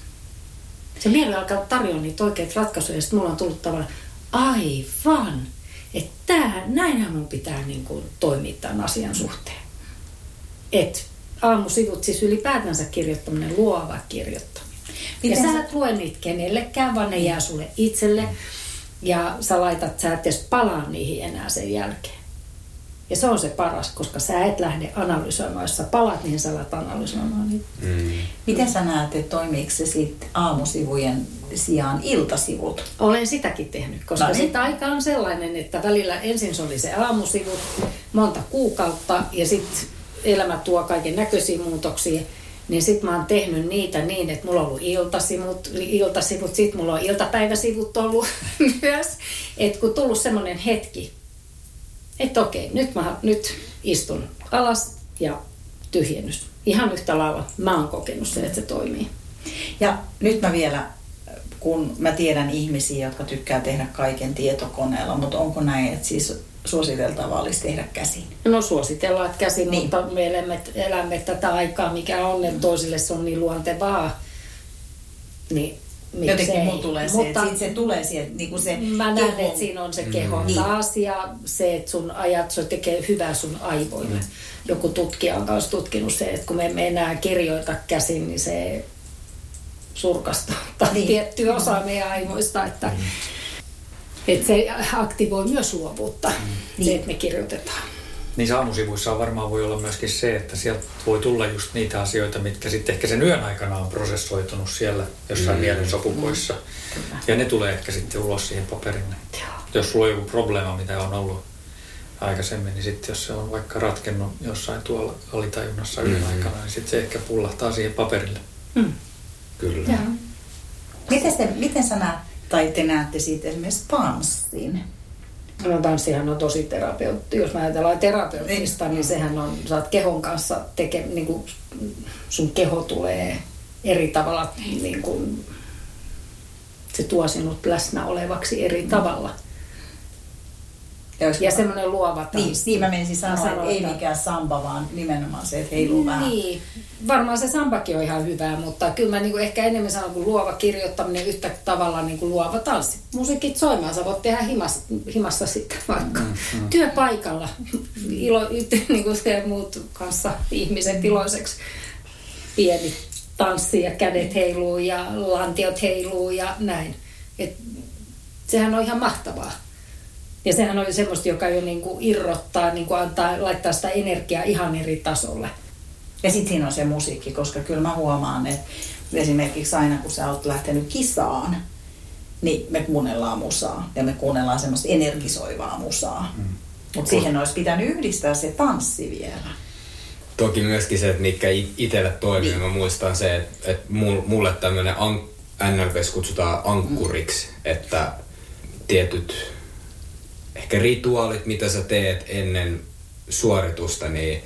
[SPEAKER 2] Se mieli alkaa tarjoa niitä oikeita ratkaisuja ja sitten mulla on tullut tavallaan, aivan, että näinhän mun pitää niin kuin toimia tämän asian suhteen. Että aamusivut, siis ylipäätänsä kirjoittaminen, luova kirjoittaminen. Ja sä et lue niitä kenellekään, vaan ne jää sulle itselle. Ja sä et edes palaa niihin enää sen jälkeen. Ja se on se paras, koska sä et lähde analysoimaan. Jos sä palaat, niin sä alat analysoimaan niitä.
[SPEAKER 1] Miten sä näet, että toimiiko se sitten aamusivujen sijaan iltasivut?
[SPEAKER 2] Olen sitäkin tehnyt, koska sitä aika on sellainen, että välillä ensin se oli se aamusivut monta kuukautta ja sitten elämä tuo kaiken näköisiä muutoksia. Niin sit mä oon tehnyt niitä niin, että mulla on ollut iltasivut, sit mulla on iltapäiväsivut ollut myös. Että kun tullut semmoinen hetki, että okei, nyt istun alas ja tyhjennys. Ihan yhtä lailla mä oon kokenut sen, että se toimii.
[SPEAKER 1] Ja nyt mä vielä, kun mä tiedän ihmisiä, jotka tykkää tehdä kaiken tietokoneella, mutta onko näin, että siis suositeltavaa olisi tehdä käsin?
[SPEAKER 2] No suositellaan käsin,
[SPEAKER 1] niin.
[SPEAKER 2] Mutta me elämme tätä aikaa, mikä on, että toisille se on niin luontevaa. Niin,
[SPEAKER 1] jotenkin mun tulee se, että se tulee sieltä niin kuin se
[SPEAKER 2] mä näen, että siinä on se keho taas ja se, että sun ajat, se tekee hyvää sun aivoille. Joku tutkija on myös tutkinut se, että kun me emme enää kirjoita käsin, niin se surkastaa tietty osa meidän aivoista, että se aktivoi myös luovuutta, se, että me kirjoitetaan.
[SPEAKER 4] Niissä aamusivuissa varmaan voi olla myöskin se, että sieltä voi tulla just niitä asioita, mitkä sitten ehkä sen yön aikana on prosessoitunut siellä jossain mielen sopukoissa. Ja ne tulee ehkä sitten ulos siihen paperille. Jos sulla on joku probleema, mitä on ollut aikaisemmin, niin sitten jos se on vaikka ratkennut jossain tuolla alitajunnassa yön aikana, niin sitten se ehkä pullahtaa siihen paperille.
[SPEAKER 3] Kyllä.
[SPEAKER 1] Miten sä näet, tai te näette siitä esimerkiksi tanssin?
[SPEAKER 2] No tanssihan on tosi terapeutti. Jos mä ajatellaan terapeuttista, niin sehän on, sä oot kehon kanssa niin kuin sun keho tulee eri tavalla, niin kuin se tuo sinut läsnä olevaksi eri tavalla. Ja semmoinen luova tanssi.
[SPEAKER 1] Niin mä menisin sanoa, että ei mikään samba, vaan nimenomaan se, että heiluu vähän.
[SPEAKER 2] Niin, varmaan se sambakin on ihan hyvää, mutta kyllä mä niinku ehkä enemmän sanon kuin luova kirjoittaminen yhtä tavalla niin kuin luova tanssi. Musiikit soimaan, sä voit tehdä himassa sitten vaikka työpaikalla. Niin kuin se muut kanssa ihmiset iloiseksi. Pieni tanssi ja kädet heiluu ja lantiot heiluu ja näin. Sehän on ihan mahtavaa. Ja sehän oli semmoista, joka jo niinku irrottaa, niinku laittaa sitä energiaa ihan eri tasolle.
[SPEAKER 1] Ja sitten siinä on se musiikki, koska kyllä mä huomaan, että esimerkiksi aina kun sä oot lähtenyt kisaan, niin me kuunnellaan musaa ja me kuunnellaan semmoista energisoivaa musaa. Mutta siihen olisi pitänyt yhdistää se tanssi vielä.
[SPEAKER 3] Toki myöskin se, että mikä itselle toimii. Mä muistan se, että mulle tämmöinen NLP:ssä kutsutaan ankkuriksi, että tietyt ehkä rituaalit, mitä sä teet ennen suoritusta, niin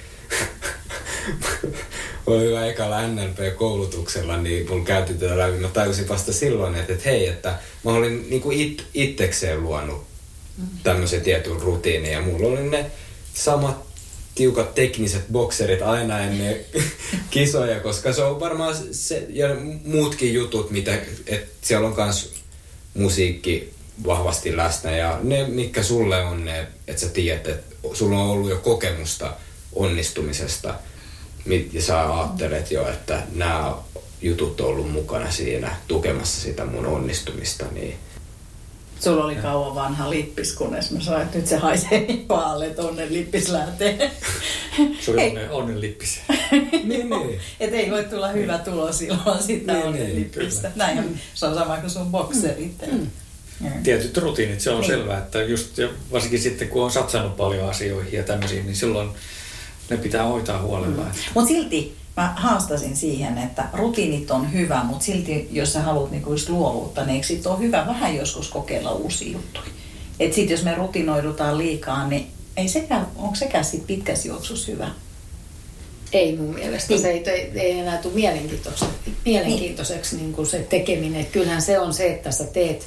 [SPEAKER 3] oli hyvä ekalla NLP-koulutuksella, niin mun käytiin tätä läpi. Mä tajusin vasta silloin, että hei, että mä olin niinku itsekseen luonut tämmöisen tietyn rutiinin ja mulla oli ne samat tiukat tekniset bokserit aina ennen kisoja, koska se on varmaan se ja muutkin jutut, mitä, että siellä on kans musiikki vahvasti läsnä ja ne, mitkä sulle on ne, että sä tiedät, että sulla on ollut jo kokemusta onnistumisesta ja sä ajattelet jo, että nämä jutut on ollut mukana siinä tukemassa sitä mun onnistumista, niin
[SPEAKER 1] sulla oli kauan vanha lippis, kunnes mä sanoin, että nyt se haisee niin paalle, että onnen lippis lähtee.
[SPEAKER 4] Se oli onnen lippis.
[SPEAKER 3] niin.
[SPEAKER 1] Että ei voi tulla hyvä tulos ilman sitä onnen lippistä. Näinhän se on sama kuin sun bokserit.
[SPEAKER 4] Tietyt rutiinit, se on selvää, että just varsinkin sitten kun on satsannut paljon asioihin ja tämmöisiin, niin silloin ne pitää hoitaa huolella.
[SPEAKER 1] Mutta silti mä haastasin siihen, että rutiinit on hyvä, mutta silti jos sä haluat niinku just luovuutta, niin eikö sit ole hyvä vähän joskus kokeilla uusia juttuja? Että sit jos me rutinoidutaan liikaa, niin onko sekään sit pitkässä juoksussa hyvä?
[SPEAKER 2] Ei mun mielestä. Se ei enää tule mielenkiintoiseksi niin kuin se tekeminen. Et kyllähän se on se, että sä teet.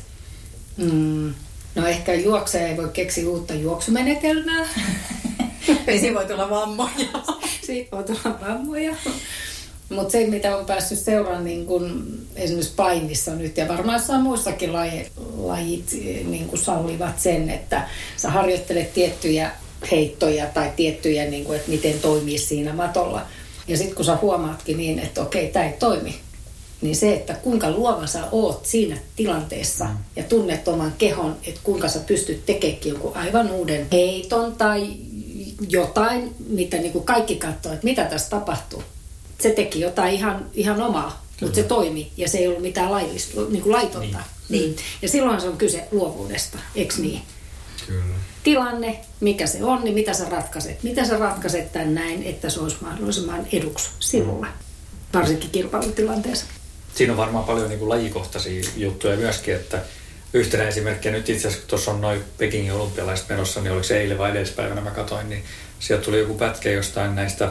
[SPEAKER 2] No ehkä juokseja ei voi keksiä uutta juoksumenetelmää.
[SPEAKER 1] Niin siinä voi tulla vammoja.
[SPEAKER 2] Siitä voi tulla vammoja. Mutta se, mitä on päässyt seuraan niin kun esimerkiksi painissa nyt, ja varmaan jossain muissakin lajit niin kun sallivat sen, että sä harjoittelet tiettyjä heittoja tai tiettyjä, niin kun, että miten toimii siinä matolla. Ja sitten kun sä huomaatkin niin, että okei, tämä ei toimi, niin se, että kuinka luova sä oot siinä tilanteessa ja tunnet oman kehon, että kuinka sä pystyt tekemään jonkun aivan uuden heiton tai jotain, mitä niin kuin kaikki katsoo, että mitä tässä tapahtuu. Se teki jotain ihan omaa, mutta se toimi ja se ei ollut mitään niin kuin laitonta. Niin. Ja silloin se on kyse luovuudesta, eikö niin?
[SPEAKER 3] Kyllä.
[SPEAKER 2] Tilanne, mikä se on, niin mitä sä ratkaiset? Mitä sä ratkaiset tämän näin, että se olisi mahdollisimman eduksi sinulle, varsinkin kilpailutilanteessa?
[SPEAKER 4] Siinä on varmaan paljon niin kuin lajikohtaisia juttuja myöskin, että yhtenä esimerkkiä nyt itse asiassa, kun tuossa on noin Pekingin olympialaiset menossa, niin oliko se eilen vai edellispäivänä mä katsoin, niin sieltä tuli joku pätkä jostain näistä,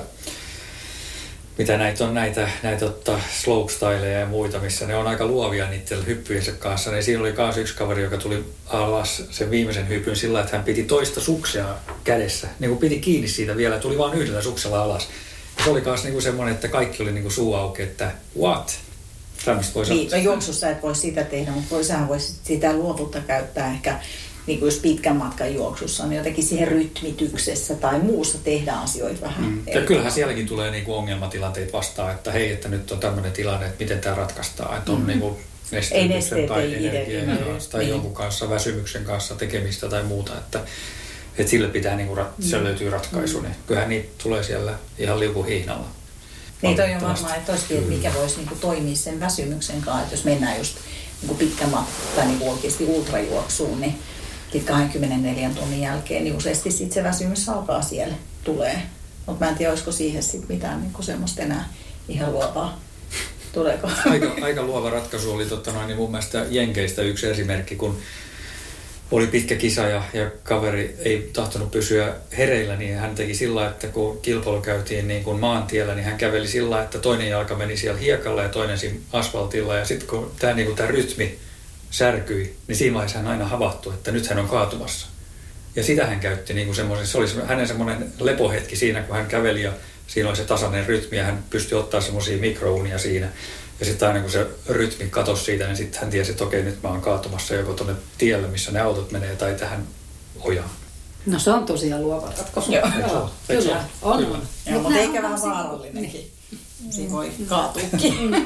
[SPEAKER 4] mitä näitä on, näitä slopestyleja ja muita, missä ne on aika luovia niiden hyppyjensä kanssa. Niin siinä oli myös yksi kaveri, joka tuli alas sen viimeisen hypyn sillä, että hän piti toista suksea kädessä. Niin kuin piti kiinni siitä vielä, tuli vain yhdellä suksella alas. Ja se oli myös niin kuin semmoinen, että kaikki oli niin kuin suu auki, että what?
[SPEAKER 1] Niin, no juoksussa et voi sitä tehdä, mutta sähän voisit sitä luovuutta käyttää ehkä niin kuin jos pitkän matkan juoksussa, niin jotenkin siihen rytmityksessä tai muussa tehdään asioita vähän.
[SPEAKER 4] Ja kyllähän sielläkin tulee niin kuin ongelmatilanteita vastaan, että hei, että nyt on tämmöinen tilanne, että miten tämä ratkaistaan, että on niin kuin nesteytyksen tai energian kanssa tai jonkun kanssa, väsymyksen kanssa tekemistä tai muuta, että sille pitää niin kuin se löytyy ratkaisu, niin kyllähän niitä tulee siellä ihan liukuhihnalla.
[SPEAKER 1] Niin toi on varmaan, että olisikin, että mikä voisi niinku toimia sen väsymyksen kanssa, että jos mennään just niinku pitkän tai niinku oikeasti ultrajuoksuun, niin 24 tunnin jälkeen niin useasti sit se väsymys alkaa siellä tulee. Mutta mä en tiedä, olisiko siihen sit mitään niinku semmoista enää ihan luovaa. Tuleeko?
[SPEAKER 4] Aika luova ratkaisu oli niin mun mielestä Jenkeistä yksi esimerkki, kun oli pitkä kisa ja kaveri ei tahtonut pysyä hereillä, niin hän teki sillä, että kun kilpailu käytiin niin kuin maantiellä, niin hän käveli sillä, että toinen jalka meni siellä hiekalla ja toinen siinä asfaltilla. Ja sitten kun tämä rytmi särkyi, niin siinä vaiheessa hän aina havahtui, että nyt hän on kaatumassa. Ja sitä hän käytti niin kuin semmoisen, se oli hänen semmoinen lepohetki siinä, kun hän käveli ja siinä oli se tasainen rytmi ja hän pystyi ottaa semmoisia mikrouunia siinä. Ja sitten aina kun se rytmi katosi siitä, niin sitten hän tiesi, että okei, nyt mä oon kaatumassa joko tuonne tielle, missä ne autot menee, tai tähän ojaan.
[SPEAKER 2] No se on tosiaan luova ratkaisu.
[SPEAKER 1] Joo,
[SPEAKER 2] kyllä, on.
[SPEAKER 1] Joo, mutta eikä vähän vaarallinenkin. Siinä voi kaatuukin.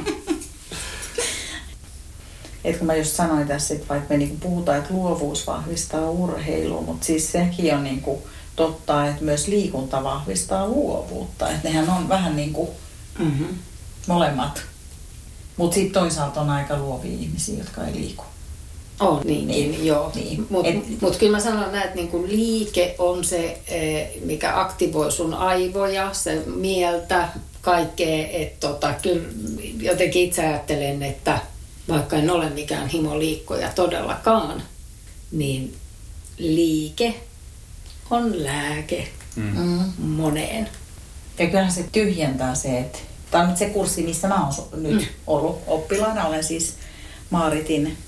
[SPEAKER 1] Et kun mä just sanoin tässä, että vaikka me niinku puhutaan, että luovuus vahvistaa urheilua, mutta siis sekin on niinku totta, että myös liikunta vahvistaa luovuutta. Että nehän on vähän niin kuin molemmat. Mutta sitten toisaalta on aika luovia ihmisiä, jotka ei liiku.
[SPEAKER 2] On, niin. Joo. Niin. Mutta kyllä mä sanon näin, että niinku liike on se, mikä aktivoi sun aivoja, se mieltä, kaikkea. Kyllä jotenkin itse ajattelen, että vaikka en ole mikään himoliikkoja todellakaan, niin liike on lääke moneen.
[SPEAKER 1] Ja kyllähän se tyhjentää se, että tämä on nyt se kurssi, missä mä oon nyt ollut oppilaana. Olen siis Maaritin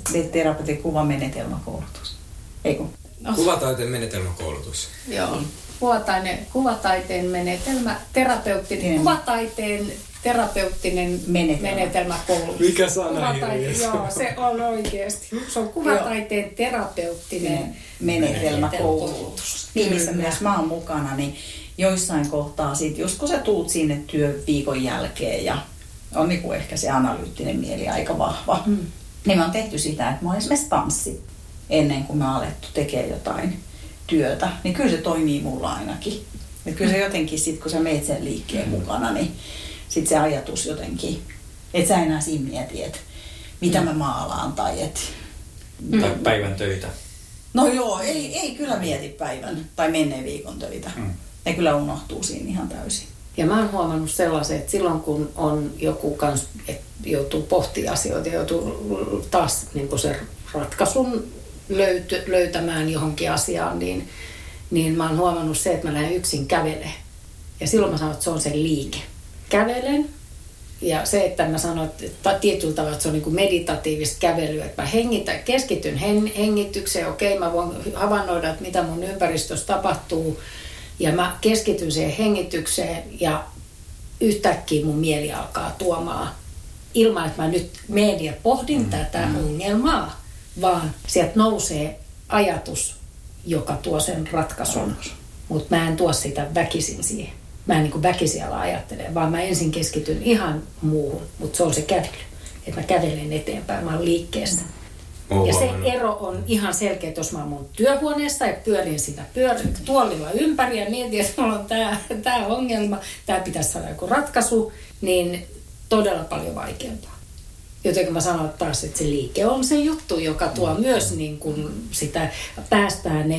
[SPEAKER 1] terapeutin kuvamenetelmäkoulutus. Eikö?
[SPEAKER 3] Kuvataiteen menetelmäkoulutus.
[SPEAKER 2] Joo. kuvataiteen menetelmä, kuvataiteen menetelmäkoulutus.
[SPEAKER 3] Mikä sana
[SPEAKER 2] Joo, se on oikeasti. Se on kuvataiteen terapeuttinen
[SPEAKER 1] menetelmäkoulutus. Niin, missä myös mä oon mukana, niin joissain kohtaa sit, just kun sä tuut sinne työviikon jälkeen ja on niinku ehkä se analyyttinen mieli aika vahva, niin me on tehty sitä, että mä oon esimerkiksi tanssi ennen kuin mä alettu tekemään jotain työtä, niin kyllä se toimii mulla ainakin. Et kyllä se jotenkin sit, kun sä meet sen liikkeen mukana, niin sit se ajatus jotenkin, et sä enää siinä mieti, että mitä mä maalaan tai et...
[SPEAKER 4] Tai päivän töitä.
[SPEAKER 1] No joo, ei kyllä mieti päivän tai menneen viikon töitä. Ne kyllä unohtuu siinä ihan täysin.
[SPEAKER 2] Ja mä oon huomannut sellaisen, että silloin kun on joku kans, että joutuu pohtimaan asioita ja joutuu taas niin se ratkaisun löytämään johonkin asiaan, niin mä oon huomannut se, että mä lähden yksin kävelemään. Ja silloin mä sanon, että se on se liike. Kävelen. Ja se, että mä sanon, että tietyllä tavalla että se on niin kuin meditatiivista kävelyä, että mä keskityn hengitykseen, okei, mä voin havainnoida, että mitä mun ympäristössä tapahtuu, ja mä keskityn siihen hengitykseen, ja yhtäkkiä mun mieli alkaa tuomaan, ilman että mä nyt menen ja pohdin tätä ongelmaa, vaan sieltä nousee ajatus, joka tuo sen ratkaisun, mutta mä en tuo sitä väkisin siihen. Mä en niin kuin väkisin ala ajattele, vaan mä ensin keskityn ihan muuhun, mutta se on se kävely. Että mä kävelen eteenpäin, mä oon liikkeessä. Ja se ero on ihan selkeä, että jos mä oon mun työhuoneessa ja pyörin sitä tuolilla ympäri ja mietin, että mulla on tää ongelma, tää pitäisi saada joku ratkaisu, niin todella paljon vaikeampaa. Jotenkin mä sanon taas, että se liike on se juttu, joka tuo myös niin kuin sitä, päästään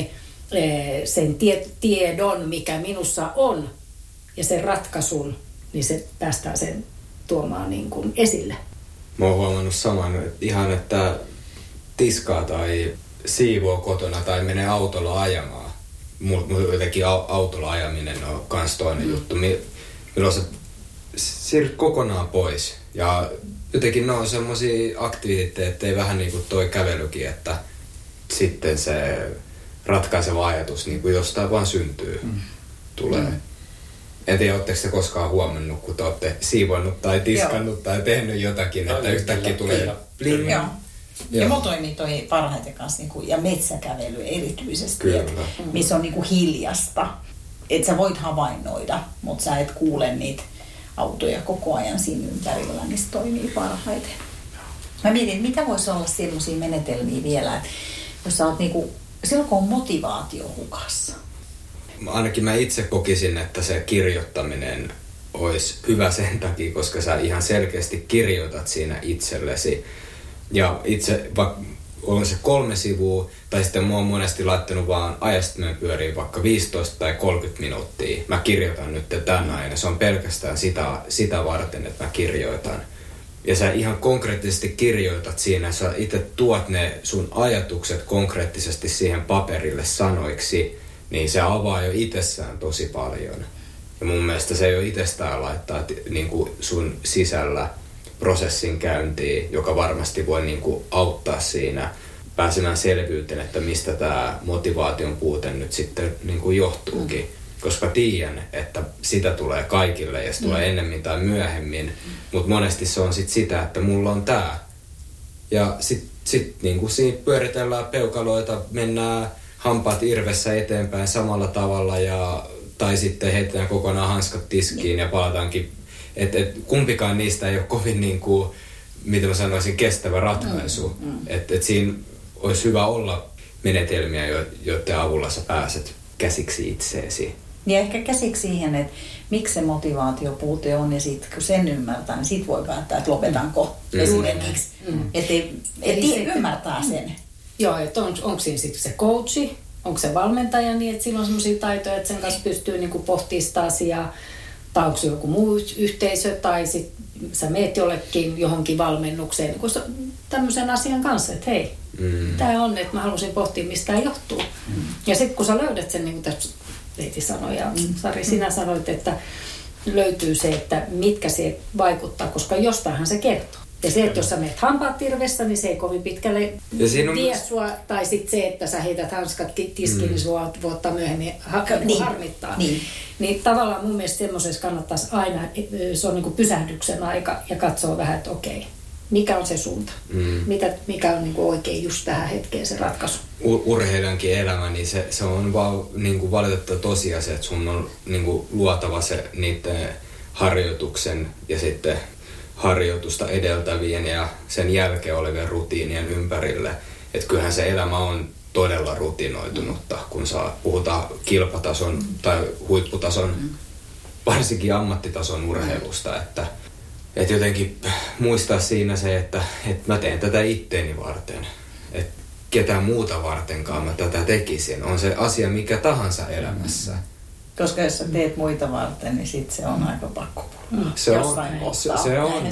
[SPEAKER 2] sen tiedon, mikä minussa on, ja sen ratkaisun, niin se päästään sen tuomaan niin kuin esille.
[SPEAKER 3] Mä oon huomannut saman, että tiskaa tai siivoo kotona tai menee autolla ajamaan. Mulla jotenkin autolla ajaminen on kans toinen juttu. Milloin sä siirryt kokonaan pois. Ja jotenkin ne on semmosia aktiviteetteja vähän niin kuin toi kävelykin, että sitten se ratkaiseva ajatus niin kuin jostain vaan syntyy, tulee. En tiedä, ootteko te koskaan huomannut, kun te ootte siivoinut tai tiskannut tai tehnyt jotakin, että yhtäkkiä tulee bling.
[SPEAKER 1] Joo. Ja mun toimii toi parhaiten kanssa niinku, ja metsäkävely erityisesti, missä on niinku hiljasta. Et sä voit havainnoida, mutta sä et kuule niitä autoja koko ajan siinä ympärillä, niin se toimii parhaiten. Mä mietin, mitä voisi olla sellaisia menetelmiä vielä, että jos sä oot niinku, silloin kun on motivaatio hukassa.
[SPEAKER 3] Ainakin mä itse kokisin, että se kirjoittaminen olisi hyvä sen takia, koska sä ihan selkeästi kirjoitat siinä itsellesi. Ja itse, vaikka on se 3 sivua, tai sitten mä oon monesti laittanut vaan ajastimen pyöriin vaikka 15 tai 30 minuuttia. Mä kirjoitan nyt tänään, ja se on pelkästään sitä varten, että mä kirjoitan. Ja sä ihan konkreettisesti kirjoitat siinä, sä itse tuot ne sun ajatukset konkreettisesti siihen paperille sanoiksi, niin se avaa jo itsessään tosi paljon. Ja mun mielestä se ei ole itsestään laittaa niin kuin sun sisällä prosessin käyntiin, joka varmasti voi niin kuin auttaa siinä pääsemään selvyyteen, että mistä tämä motivaation puute nyt sitten niin kuin johtuukin. Koska tiedän, että sitä tulee kaikille ja se tulee ennemmin tai myöhemmin, mutta monesti se on sitten sitä, että mulla on tämä. Ja sitten niin kuin siinä pyöritellään peukaloita, mennään hampaat irvessä eteenpäin samalla tavalla tai sitten heitetään kokonaan hanskat tiskiin ja palataankin. Et kumpikaan niistä ei ole kovin niin kuin, mitä mä sanoisin, kestävä ratkaisu. Et siinä olisi hyvä olla menetelmiä, joiden avulla sä pääset käsiksi itseesi.
[SPEAKER 1] Ja ehkä käsiksi siihen, että miksi se motivaatiopuute on, ja sitten kun sen ymmärtää, niin sit voi päättää, että lopetanko esimerkiksi. Että ymmärtää sen.
[SPEAKER 2] Joo, että onko siinä sitten se coachi, onko se valmentaja niin, että sillä on sellaisia taitoja, että sen kanssa pystyy niinku pohtimaan sitä asiaa, tai onko se joku muu yhteisö, tai sitten sä meet jollekin johonkin valmennukseen niin tämmöisen asian kanssa, että hei, tämä on, että mä halusin pohtia, mistä tämä johtuu. Ja sitten kun sä löydät sen, niin kuin tässä Veiti sanoi, ja Sari, sinä sanoit, että löytyy se, että mitkä se vaikuttaa, koska jostainhan se kertoo. Ja se, että jos sä menet hampaat tirvessä, niin se ei kovin pitkälle vie sua. Tai sitten se, että sä heität hanskat tiskiin, niin sua vuotta myöhemmin harmittaa. Niin tavallaan mun mielestä semmoisessa kannattaisi aina, se on niin kuin pysähdyksen aika ja katsoa vähän, että okei, mikä on se suunta? Mikä on niin kuin oikein just tähän hetkeen se ratkaisu?
[SPEAKER 3] Urheilijankin elämä, niin se on vaan niin kuin valitettava tosiasia, että sun on niin kuin luotava se niiden harjoituksen ja sitten harjoitusta edeltävien ja sen jälkeen olevien rutiinien ympärille. Että kyllähän se elämä on todella rutinoitunutta, kun puhutaan kilpatason tai huipputason, varsinkin ammattitason urheilusta. Että jotenkin muistaa siinä se, että mä teen tätä itteeni varten. Että ketään muuta vartenkaan mä tätä tekisin. On se asia mikä tahansa elämässä.
[SPEAKER 1] Koska jos sä teet muita varten, niin sit se on aika pakko.
[SPEAKER 3] Se on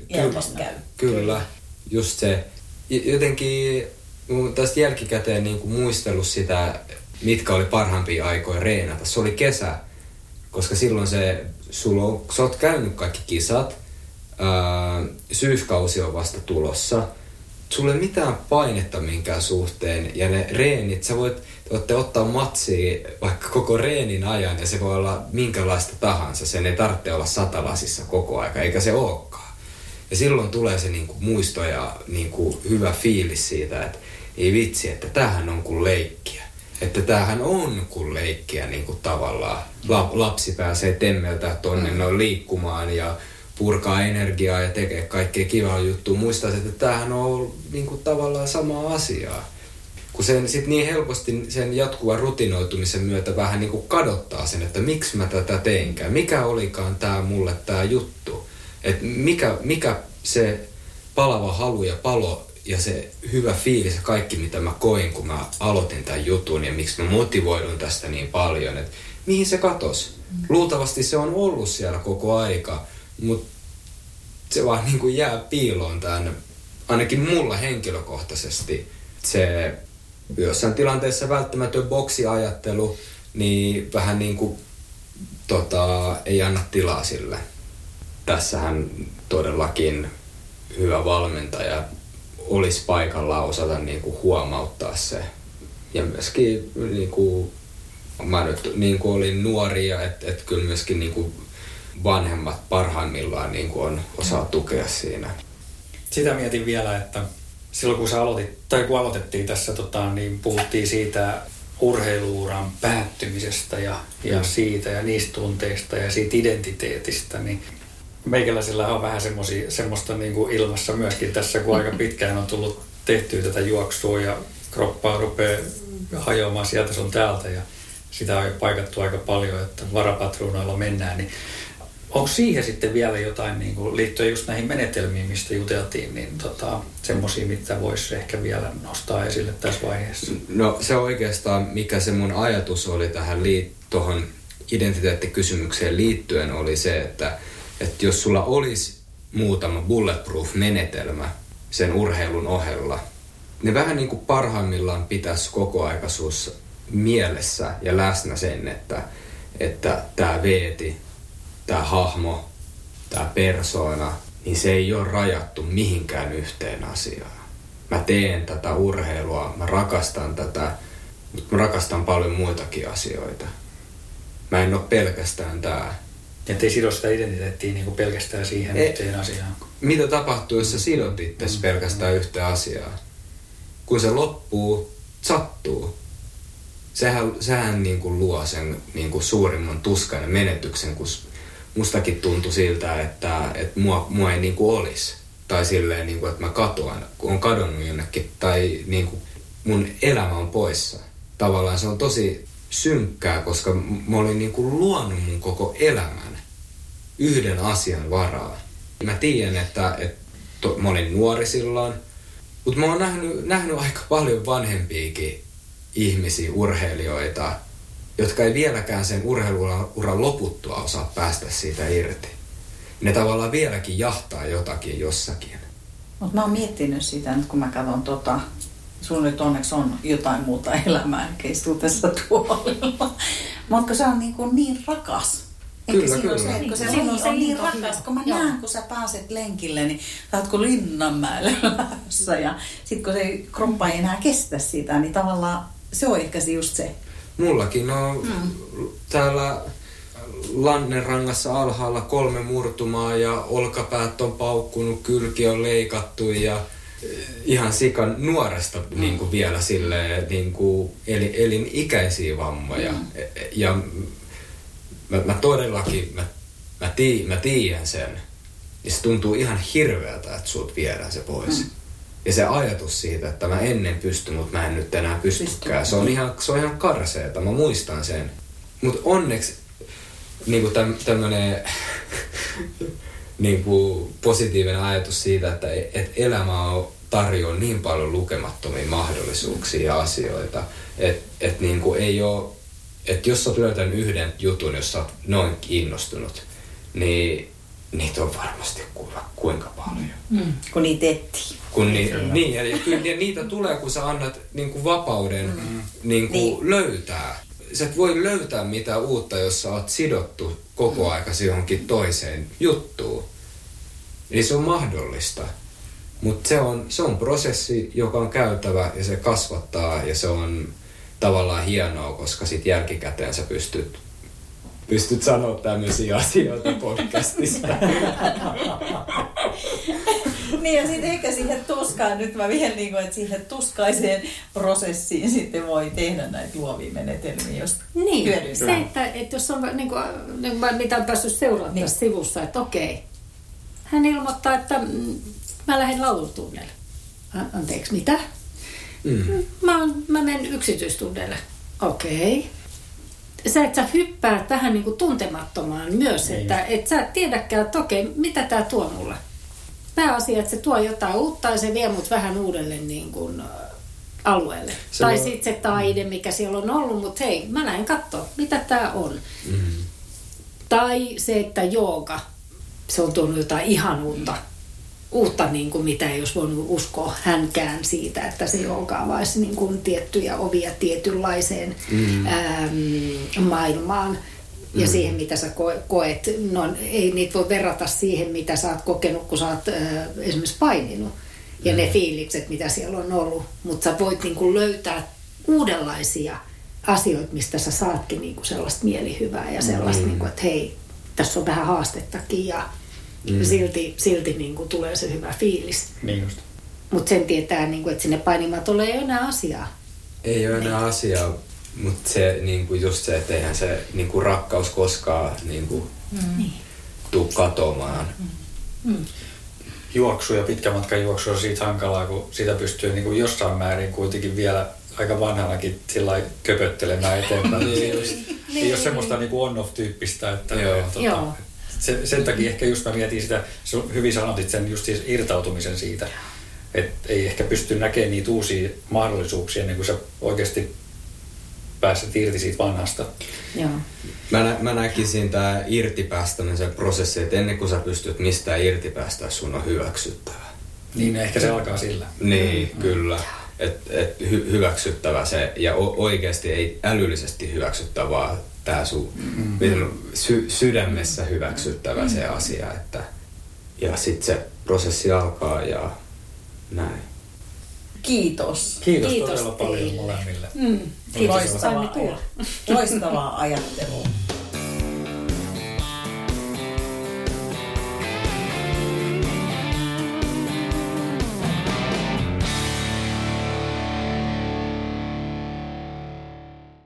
[SPEAKER 3] kyllä, just se. Jotenkin tästä jälkikäteen niin kuin muistellut sitä, mitkä oli parhaimpia aikoja reenata. Se oli kesä, koska silloin sä oot käynyt kaikki kisat, syyskausi on vasta tulossa. Sulla ei mitään painetta minkään suhteen ja ne reenit, voitte ottaa matsia vaikka koko reenin ajan ja se voi olla minkälaista tahansa. Sen ei tarvitse olla satalasissa koko aika, eikä se olekaan. Ja silloin tulee se niinku muisto ja niinku hyvä fiilis siitä, että ei vitsi, että tämähän on kuin leikkiä. Että tämähän on kuin leikkiä niinku tavallaan. Lapsi pääsee temmeltä tonne noin liikkumaan ja purkaa energiaa ja tekee kaikkea kivaa juttua. Muistaisin, että tämähän on niinku tavallaan samaa asiaa. Kun sen sit niin helposti sen jatkuvan rutinoitumisen myötä vähän niinku kadottaa sen, että miksi mä tätä teinkään. Mikä olikaan mulle tää juttu. Että mikä se palava halu ja palo ja se hyvä fiilis ja kaikki mitä mä koin, kun mä aloitin tämän jutun ja miksi mä motivoidun tästä niin paljon. Että mihin se katosi? Luultavasti se on ollut siellä koko aika. Mutta se vaan niin kuin jää piiloon tänne, ainakin mulla henkilökohtaisesti. Se jossain tilanteessa välttämätön boksiajattelu, niin vähän niin kuin ei anna tilaa sille. Tässähän todellakin hyvä valmentaja olisi paikallaan osata niin kuin huomauttaa se. Ja myöskin niin kuin, mä nyt niin kuin olin nuoria, että kyllä myöskin niin kuin vanhemmat parhaimmillaan niin kuin osaa tukea siinä.
[SPEAKER 4] Sitä mietin vielä, että silloin kun kun aloitettiin tässä, niin puhuttiin siitä urheiluuran päättymisestä ja siitä ja niistä tunteista ja siitä identiteetistä, niin meikäläisillä on vähän semmoista niin kuin ilmassa myöskin tässä, kun aika pitkään on tullut tehtyä tätä juoksua ja kroppaa rupeaa hajoamaan sieltä sun täältä ja sitä on jo paikattu aika paljon, että varapatruunoilla mennään, niin onko siihen sitten vielä jotain niin kuin liittyen just näihin menetelmiin, mistä juteltiin, niin semmoisia, mitä voisi ehkä vielä nostaa esille tässä vaiheessa?
[SPEAKER 3] No se oikeastaan, mikä se mun ajatus oli tähän tuohon identiteettikysymykseen liittyen, oli se, että jos sulla olisi muutama bulletproof-menetelmä sen urheilun ohella, ne vähän niin kuin parhaimmillaan pitäisi koko aika sussa mielessä ja läsnä sen, että tämä Veeti, tämä hahmo, tämä persoona, niin se ei ole rajattu mihinkään yhteen asiaan. Mä teen tätä urheilua, mä rakastan tätä, mutta mä rakastan paljon muitakin asioita. Mä en ole pelkästään tää.
[SPEAKER 4] Että ei sido sitä identiteettiä niin kuin pelkästään siihen yhteen asiaan.
[SPEAKER 3] Mitä tapahtuu, jos sä sidot itsesi pelkästään yhteen asiaan? Kun se loppuu, sattuu. Sehän niin kuin luo sen niin kuin suurimman tuskan ja menetyksen, kun mustakin tuntui siltä, että mua ei niin kuin olisi. Tai silleen, niin kuin, että mä katoan, kun on kadonnut jonnekin, tai niin kuin mun elämä on poissa. Tavallaan se on tosi synkkää, koska mä olin niin kuin luonut mun koko elämän yhden asian varaan. Mä tiedän, että mä olin nuori silloin, mutta mä oon nähnyt aika paljon vanhempiakin ihmisiä, urheilijoita, jotka ei vieläkään sen urheiluuran loputtua osaa päästä siitä irti. Ne tavallaan vieläkin jahtaa jotakin jossakin.
[SPEAKER 1] Mutta mä oon miettinyt sitä, että kun mä katson sun nyt onneksi on jotain muuta elämää, eikä istuu tässä tuolilla. Mutta se on niin rakas. Eikö
[SPEAKER 3] Kyllä,
[SPEAKER 1] siinä ole
[SPEAKER 3] kyllä.
[SPEAKER 1] se, että kun se
[SPEAKER 2] Silloin
[SPEAKER 1] lumi
[SPEAKER 2] se
[SPEAKER 1] on niin
[SPEAKER 2] into on
[SPEAKER 1] rakas,
[SPEAKER 2] hyvä.
[SPEAKER 1] kun mä
[SPEAKER 2] Joo.
[SPEAKER 1] näen, kun sä pääset lenkille, niin sä oot kuin Linnanmäelle lähdössä. Ja sit kun se kroppa ei enää kestä sitä, niin tavallaan se on ehkä just se.
[SPEAKER 3] Mullakin on täällä Lannenrangassa alhaalla 3 murtumaa ja olkapäät on paukkunut, kylki on leikattu ja ihan sikan nuoresta niin kuin vielä silleen, niin kuin elinikäisiä vammoja. Ja mä todellakin, mä tiedän sen. Ja se tuntuu ihan hirveältä, että sulta viedään se pois. Ja se ajatus siitä, että mä ennen pystyn, mutta mä en nyt enää pystykään. Se on ihan karseeta, mä muistan sen. Mutta onneksi niinku tämmönen niinku positiivinen ajatus siitä, että elämä tarjoaa niin paljon lukemattomia mahdollisuuksia ja asioita, että niinku ei oo, että jos sä oot löytänyt yhden jutun, jos sä oot noin kiinnostunut, niin niitä on varmasti kuinka paljon.
[SPEAKER 1] Kun niitä etsii.
[SPEAKER 3] Niin, ja niitä tulee, kun sä annat niinku vapauden niinku löytää. Sä et voi löytää mitään uutta, jos sä oot sidottu koko aika johonkin toiseen juttuun. Eli se on mahdollista. Mutta se on prosessi, joka on käytävä ja se kasvattaa ja se on tavallaan hienoa, koska sit jälkikäteen sä pystyt sanoa tämmöisiä asioita podcastissa.
[SPEAKER 1] Niin ja sitten ehkä siihen tuskaan, nyt mä vielä niin kuin, että siihen tuskaiseen prosessiin sitten voi tehdä näitä luovia menetelmiä, jos
[SPEAKER 2] Niin,
[SPEAKER 1] hyödyntää.
[SPEAKER 2] se, että jos on niin kuin mitä on päässyt seuraamaan
[SPEAKER 1] Niin.
[SPEAKER 2] tässä sivussa, että okei, hän ilmoittaa, että mä lähden laulutunnelle. Anteeksi, mitä? Mä menen yksityistunneille. Okei. Sä hyppäät vähän niin kuin tuntemattomaan myös,
[SPEAKER 4] Niin.
[SPEAKER 2] että et sä et tiedäkään, että okei, mitä tää tuo mulle. Pääasia, että se tuo jotain uutta ja se vie mut vähän uudelle niin kuin alueelle. Tai sitten se taide, mikä siellä on ollut, mutta hei, mä lähden katsoa, mitä tää on. Tai se, että jooga, se on tuonut jotain ihan uutta niin kuin mitä ei olisi voinut uskoa hänkään siitä, että se jooga avaisi niin kuin tiettyjä ovia tietynlaiseen maailmaan. Ja siihen, mitä sä koet, no ei niitä voi verrata siihen, mitä sä oot kokenut, kun sä oot esimerkiksi paininut. Ja ne fiilikset, mitä siellä on ollut. Mutta sä voit niinku löytää uudenlaisia asioita, mistä sä saatkin niinku sellaista mielihyvää ja sellaista, niinku, että hei, tässä on vähän haastettakin ja silti niinku tulee se hyvä fiilis.
[SPEAKER 4] Niin just.
[SPEAKER 2] Mutta sen tietää, niinku, että sinne painimatolle ei ole enää asiaa.
[SPEAKER 3] Ei ole enää asiaa, mutta se niinku just se, että eihän se niinku rakkaus koskaan niinku tuu katoamaan.
[SPEAKER 4] Juoksu ja pitkän matkan juoksu on siitä hankalaa, kun sitä pystyy niin kuin jossain määrin kuitenkin vielä aika vanhallakin sillä lailla köpöttelemään eteenpäin. Ei ole semmoista niin kuin on-off-tyyppistä. Että
[SPEAKER 2] Joo.
[SPEAKER 4] Sen takia ehkä just mä mietin sitä, hyvin sanotit sen just siis irtautumisen siitä, että ei ehkä pysty näkemään niitä uusia mahdollisuuksia ennen kuin sä oikeasti pääset irti siitä vanhasta.
[SPEAKER 2] Joo.
[SPEAKER 3] Mä näkisin tää irtipäästämisen prosessi, että ennen kuin sä pystyt mistään irtipäästä, sun on hyväksyttävä.
[SPEAKER 4] Niin ehkä se alkaa sillä.
[SPEAKER 3] Niin, kyllä. Hyväksyttävä se, ja oikeasti ei älyllisesti hyväksyttävä, vaan tää sun sydämessä hyväksyttävä se asia. Ja sit se prosessi alkaa ja näin.
[SPEAKER 1] Kiitos.
[SPEAKER 4] Kiitos
[SPEAKER 2] Kiitos
[SPEAKER 4] todella paljon
[SPEAKER 2] teille.
[SPEAKER 4] molemmille.
[SPEAKER 2] Kiitos, että saimme
[SPEAKER 1] Loistavaa,
[SPEAKER 2] tulla.
[SPEAKER 1] loistavaa ajattelua.